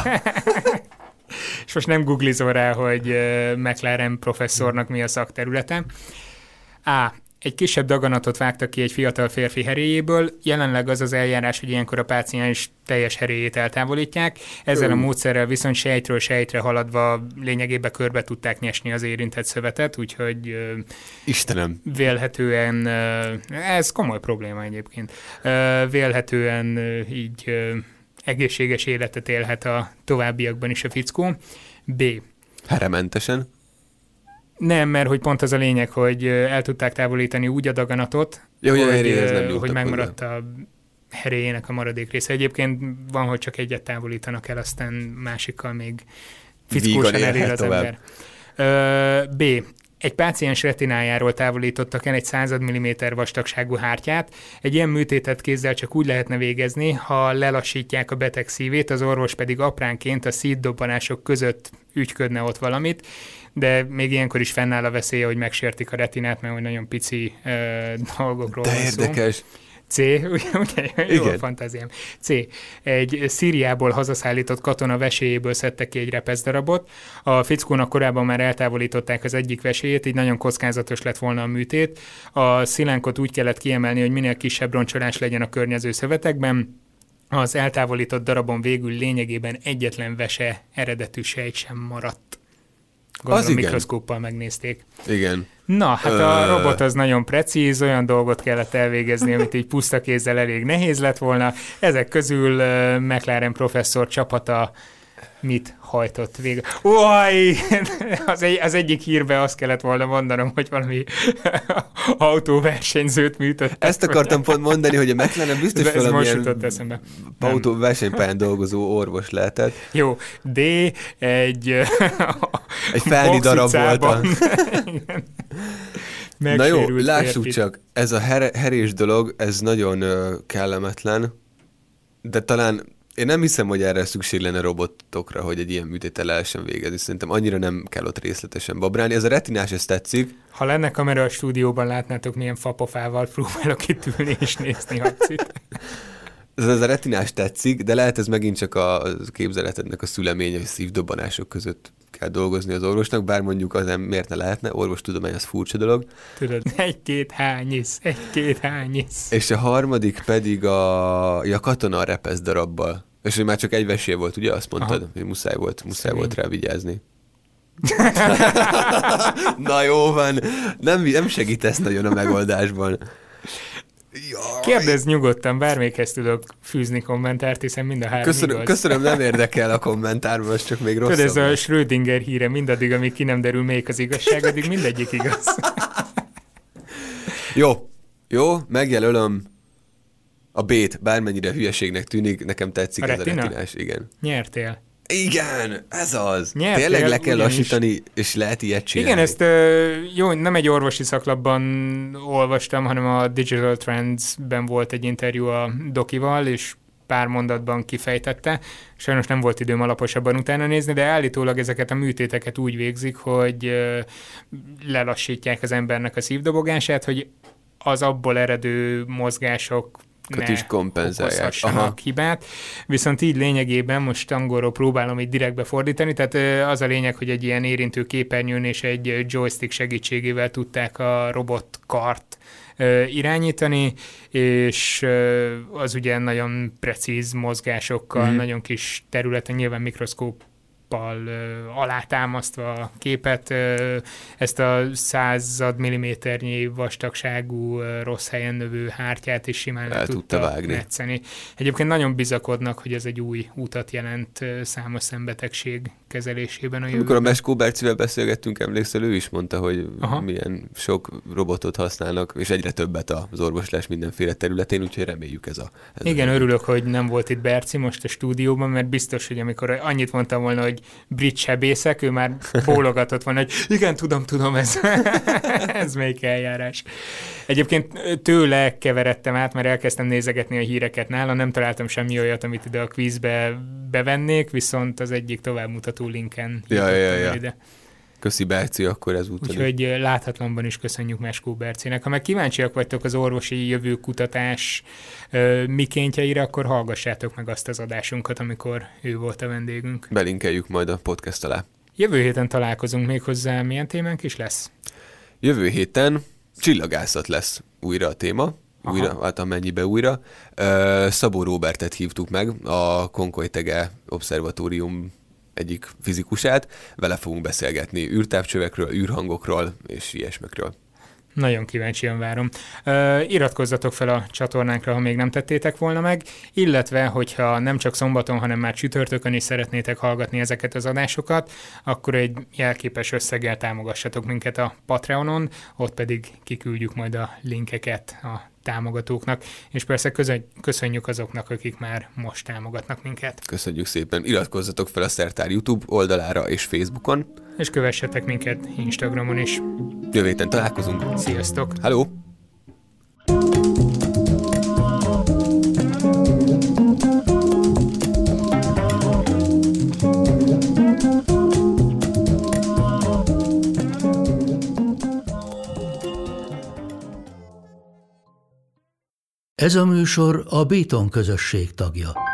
És most nem googlizol rá, hogy McLaren professzornak mi a szakterülete. Egy kisebb daganatot vágtak ki egy fiatal férfi heréjéből, jelenleg az eljárás, hogy ilyenkor a páciens teljes heréjét eltávolítják, ezzel a módszerrel viszont sejtről sejtre haladva lényegében körbe tudták nyesni az érintett szövetet, úgyhogy Istenem. Vélhetően, ez komoly probléma egyébként, vélhetően így egészséges életet élhet a továbbiakban is a fickó. B. Herementesen? Nem, mert hogy pont az a lényeg, hogy el tudták távolítani úgy a daganatot, hogy megmaradt a heréjének a maradék része. Egyébként van, hogy csak egyet távolítanak el, aztán másikkal még fickósan elér az ember. B. Egy páciens retinájáról távolítottak el egy 100 mm vastagságú hártyát. Egy ilyen műtétet kézzel csak úgy lehetne végezni, ha lelassítják a beteg szívét, az orvos pedig apránként a szíddobbanások között ügyködne ott valamit, de még ilyenkor is fennáll a veszélye, hogy megsértik a retinát, mert hogy nagyon pici dolgokról van szó. Érdekes. C, ugye jó a fantáziám. C. Egy Szíriából hazaszállított katona veséjéből szedtek ki egy repeszdarabot. A fickónak korábban már eltávolították az egyik veséjét, így nagyon kockázatos lett volna a műtét. A szilánkot úgy kellett kiemelni, hogy minél kisebb roncsolás legyen a környező szövetekben. Az eltávolított darabon végül lényegében egyetlen vese eredetű sejt sem maradt. Gondolom, mikroszkóppal megnézték. Igen. Na, hát a robot az nagyon precíz, olyan dolgot kellett elvégezni, amit így puszta kézzel elég nehéz lett volna. Ezek közül McLaren professzor csapata mit hajtott végre? Az egyik hírbe azt kellett volna mondanom, hogy valami autóversenyzőt műtött. Ezt akartam pont mondani, hogy a McLaren biztos valamilyen autóversenypályán dolgozó orvos lehetett. Jó, D egy felni darab volt. Na jó, lássuk férfit. csak, ez a herés dolog, ez nagyon kellemetlen, de talán én nem hiszem, hogy erre szükség lenne robotokra, hogy egy ilyen műtéttel lehessen végezni. Szerintem annyira nem kell ott részletesen babrálni. Ez a retinás, ez tetszik. Ha lenne kamera a stúdióban, látnátok, milyen fapofával próbálok itt ülni és nézni Hacit. Ez a retinás tetszik, de lehet ez megint csak a képzeletednek a szüleménye, hogy szívdobbanások között kell dolgozni az orvosnak, bár mondjuk az nem miért ne lehetne, orvostudomány az furcsa dolog. Tudod, egy-két hányisz. És a harmadik pedig a katona a repeszdarabbal. És hogy már csak egy vesély volt, ugye? Azt mondtad, hogy muszáj volt rá vigyázni. Na jó van, nem segítesz nagyon a megoldásban. Jaj. Kérdezz nyugodtan, bármelyikhez tudok fűzni kommentárt, hiszen mind a három igaz. Köszönöm, nem érdekel a kommentár, most csak még rosszabb. Tudod, ez a Schrödinger híre, mindaddig, amíg ki nem derül melyik az igazság, addig mindegyik igaz. Jó, megjelölöm a B-t, bármennyire hülyeségnek tűnik, nekem tetszik ez a retinás, igen. Nyertél. Igen, ez az. Nyertél, Tényleg le kell ugyanis. lassítani, és lehet ilyet csinálni. Igen, ezt jó, nem egy orvosi szaklapban olvastam, hanem a Digital Trends-ben volt egy interjú a Dokival, és pár mondatban kifejtette. Sajnos nem volt időm alaposabban utána nézni, de állítólag ezeket a műtéteket úgy végzik, hogy lelassítják az embernek a szívdobogását, hogy az abból eredő mozgások is kompenzálják. Okozhassanak hibát. Viszont így lényegében, most angolról próbálom így direktbe fordítani, tehát az a lényeg, hogy egy ilyen érintő képernyőn és egy joystick segítségével tudták a robotkart irányítani, és az ugye nagyon precíz mozgásokkal, nagyon kis területen, nyilván mikroszkóppal alátámasztva a képet, ezt a 100 milliméternyi vastagságú, rossz helyen növő hártyát is simán le tudta metszeni. Egyébként nagyon bizakodnak, hogy ez egy új utat jelent számos szembetegség kezelésében a jövőben. Amikor a Meskó Bercivel beszélgettünk, emlékszel, ő is mondta, hogy milyen sok robotot használnak, és egyre többet az orvoslás mindenféle területén, úgyhogy reméljük ez Igen, örülök, hogy nem volt itt Berci most a stúdióban, mert biztos, hogy amikor annyit mondtam volna, hogy brit sebészek, ő már bólogatott volna, hogy igen, tudom, ez melyik eljárás. Egyébként tőle keveredtem át, mert elkezdtem nézegetni a híreket nála, nem találtam semmi olyat, amit ide a quizbe bevennék, viszont az egyik továbbmutató linken ide. Köszi Berci, akkor ezúttal. Úgyhogy láthatlanban is köszönjük Meskó Bercinek. Ha meg kíváncsiak vagytok az orvosi jövőkutatás mikéntjeire, akkor hallgassátok meg azt az adásunkat, amikor ő volt a vendégünk. Belinkeljük majd a podcast alá. Jövő héten találkozunk, méghozzá milyen témánk is lesz? Jövő héten csillagászat lesz újra a téma. Újra, hát amennyibe újra. Szabó Róbertet hívtuk meg, a Konkoly-Tege Obszervatórium egyik fizikusát, vele fogunk beszélgetni űrtávcsövekről, űrhangokról és ilyesmekről. Nagyon kíváncsian várom. Iratkozzatok fel a csatornánkra, ha még nem tettétek volna meg, illetve, hogyha nem csak szombaton, hanem már csütörtökön is szeretnétek hallgatni ezeket az adásokat, akkor egy jelképes összeggel támogassatok minket a Patreonon, ott pedig kiküldjük majd a linkeket a támogatóknak, és persze köszönjük azoknak, akik már most támogatnak minket. Köszönjük szépen. Iratkozzatok fel a Szertár YouTube oldalára és Facebookon. És kövessetek minket Instagramon is. Jövő héten találkozunk. Sziasztok! Hello! Ez a műsor a Béton közösség tagja.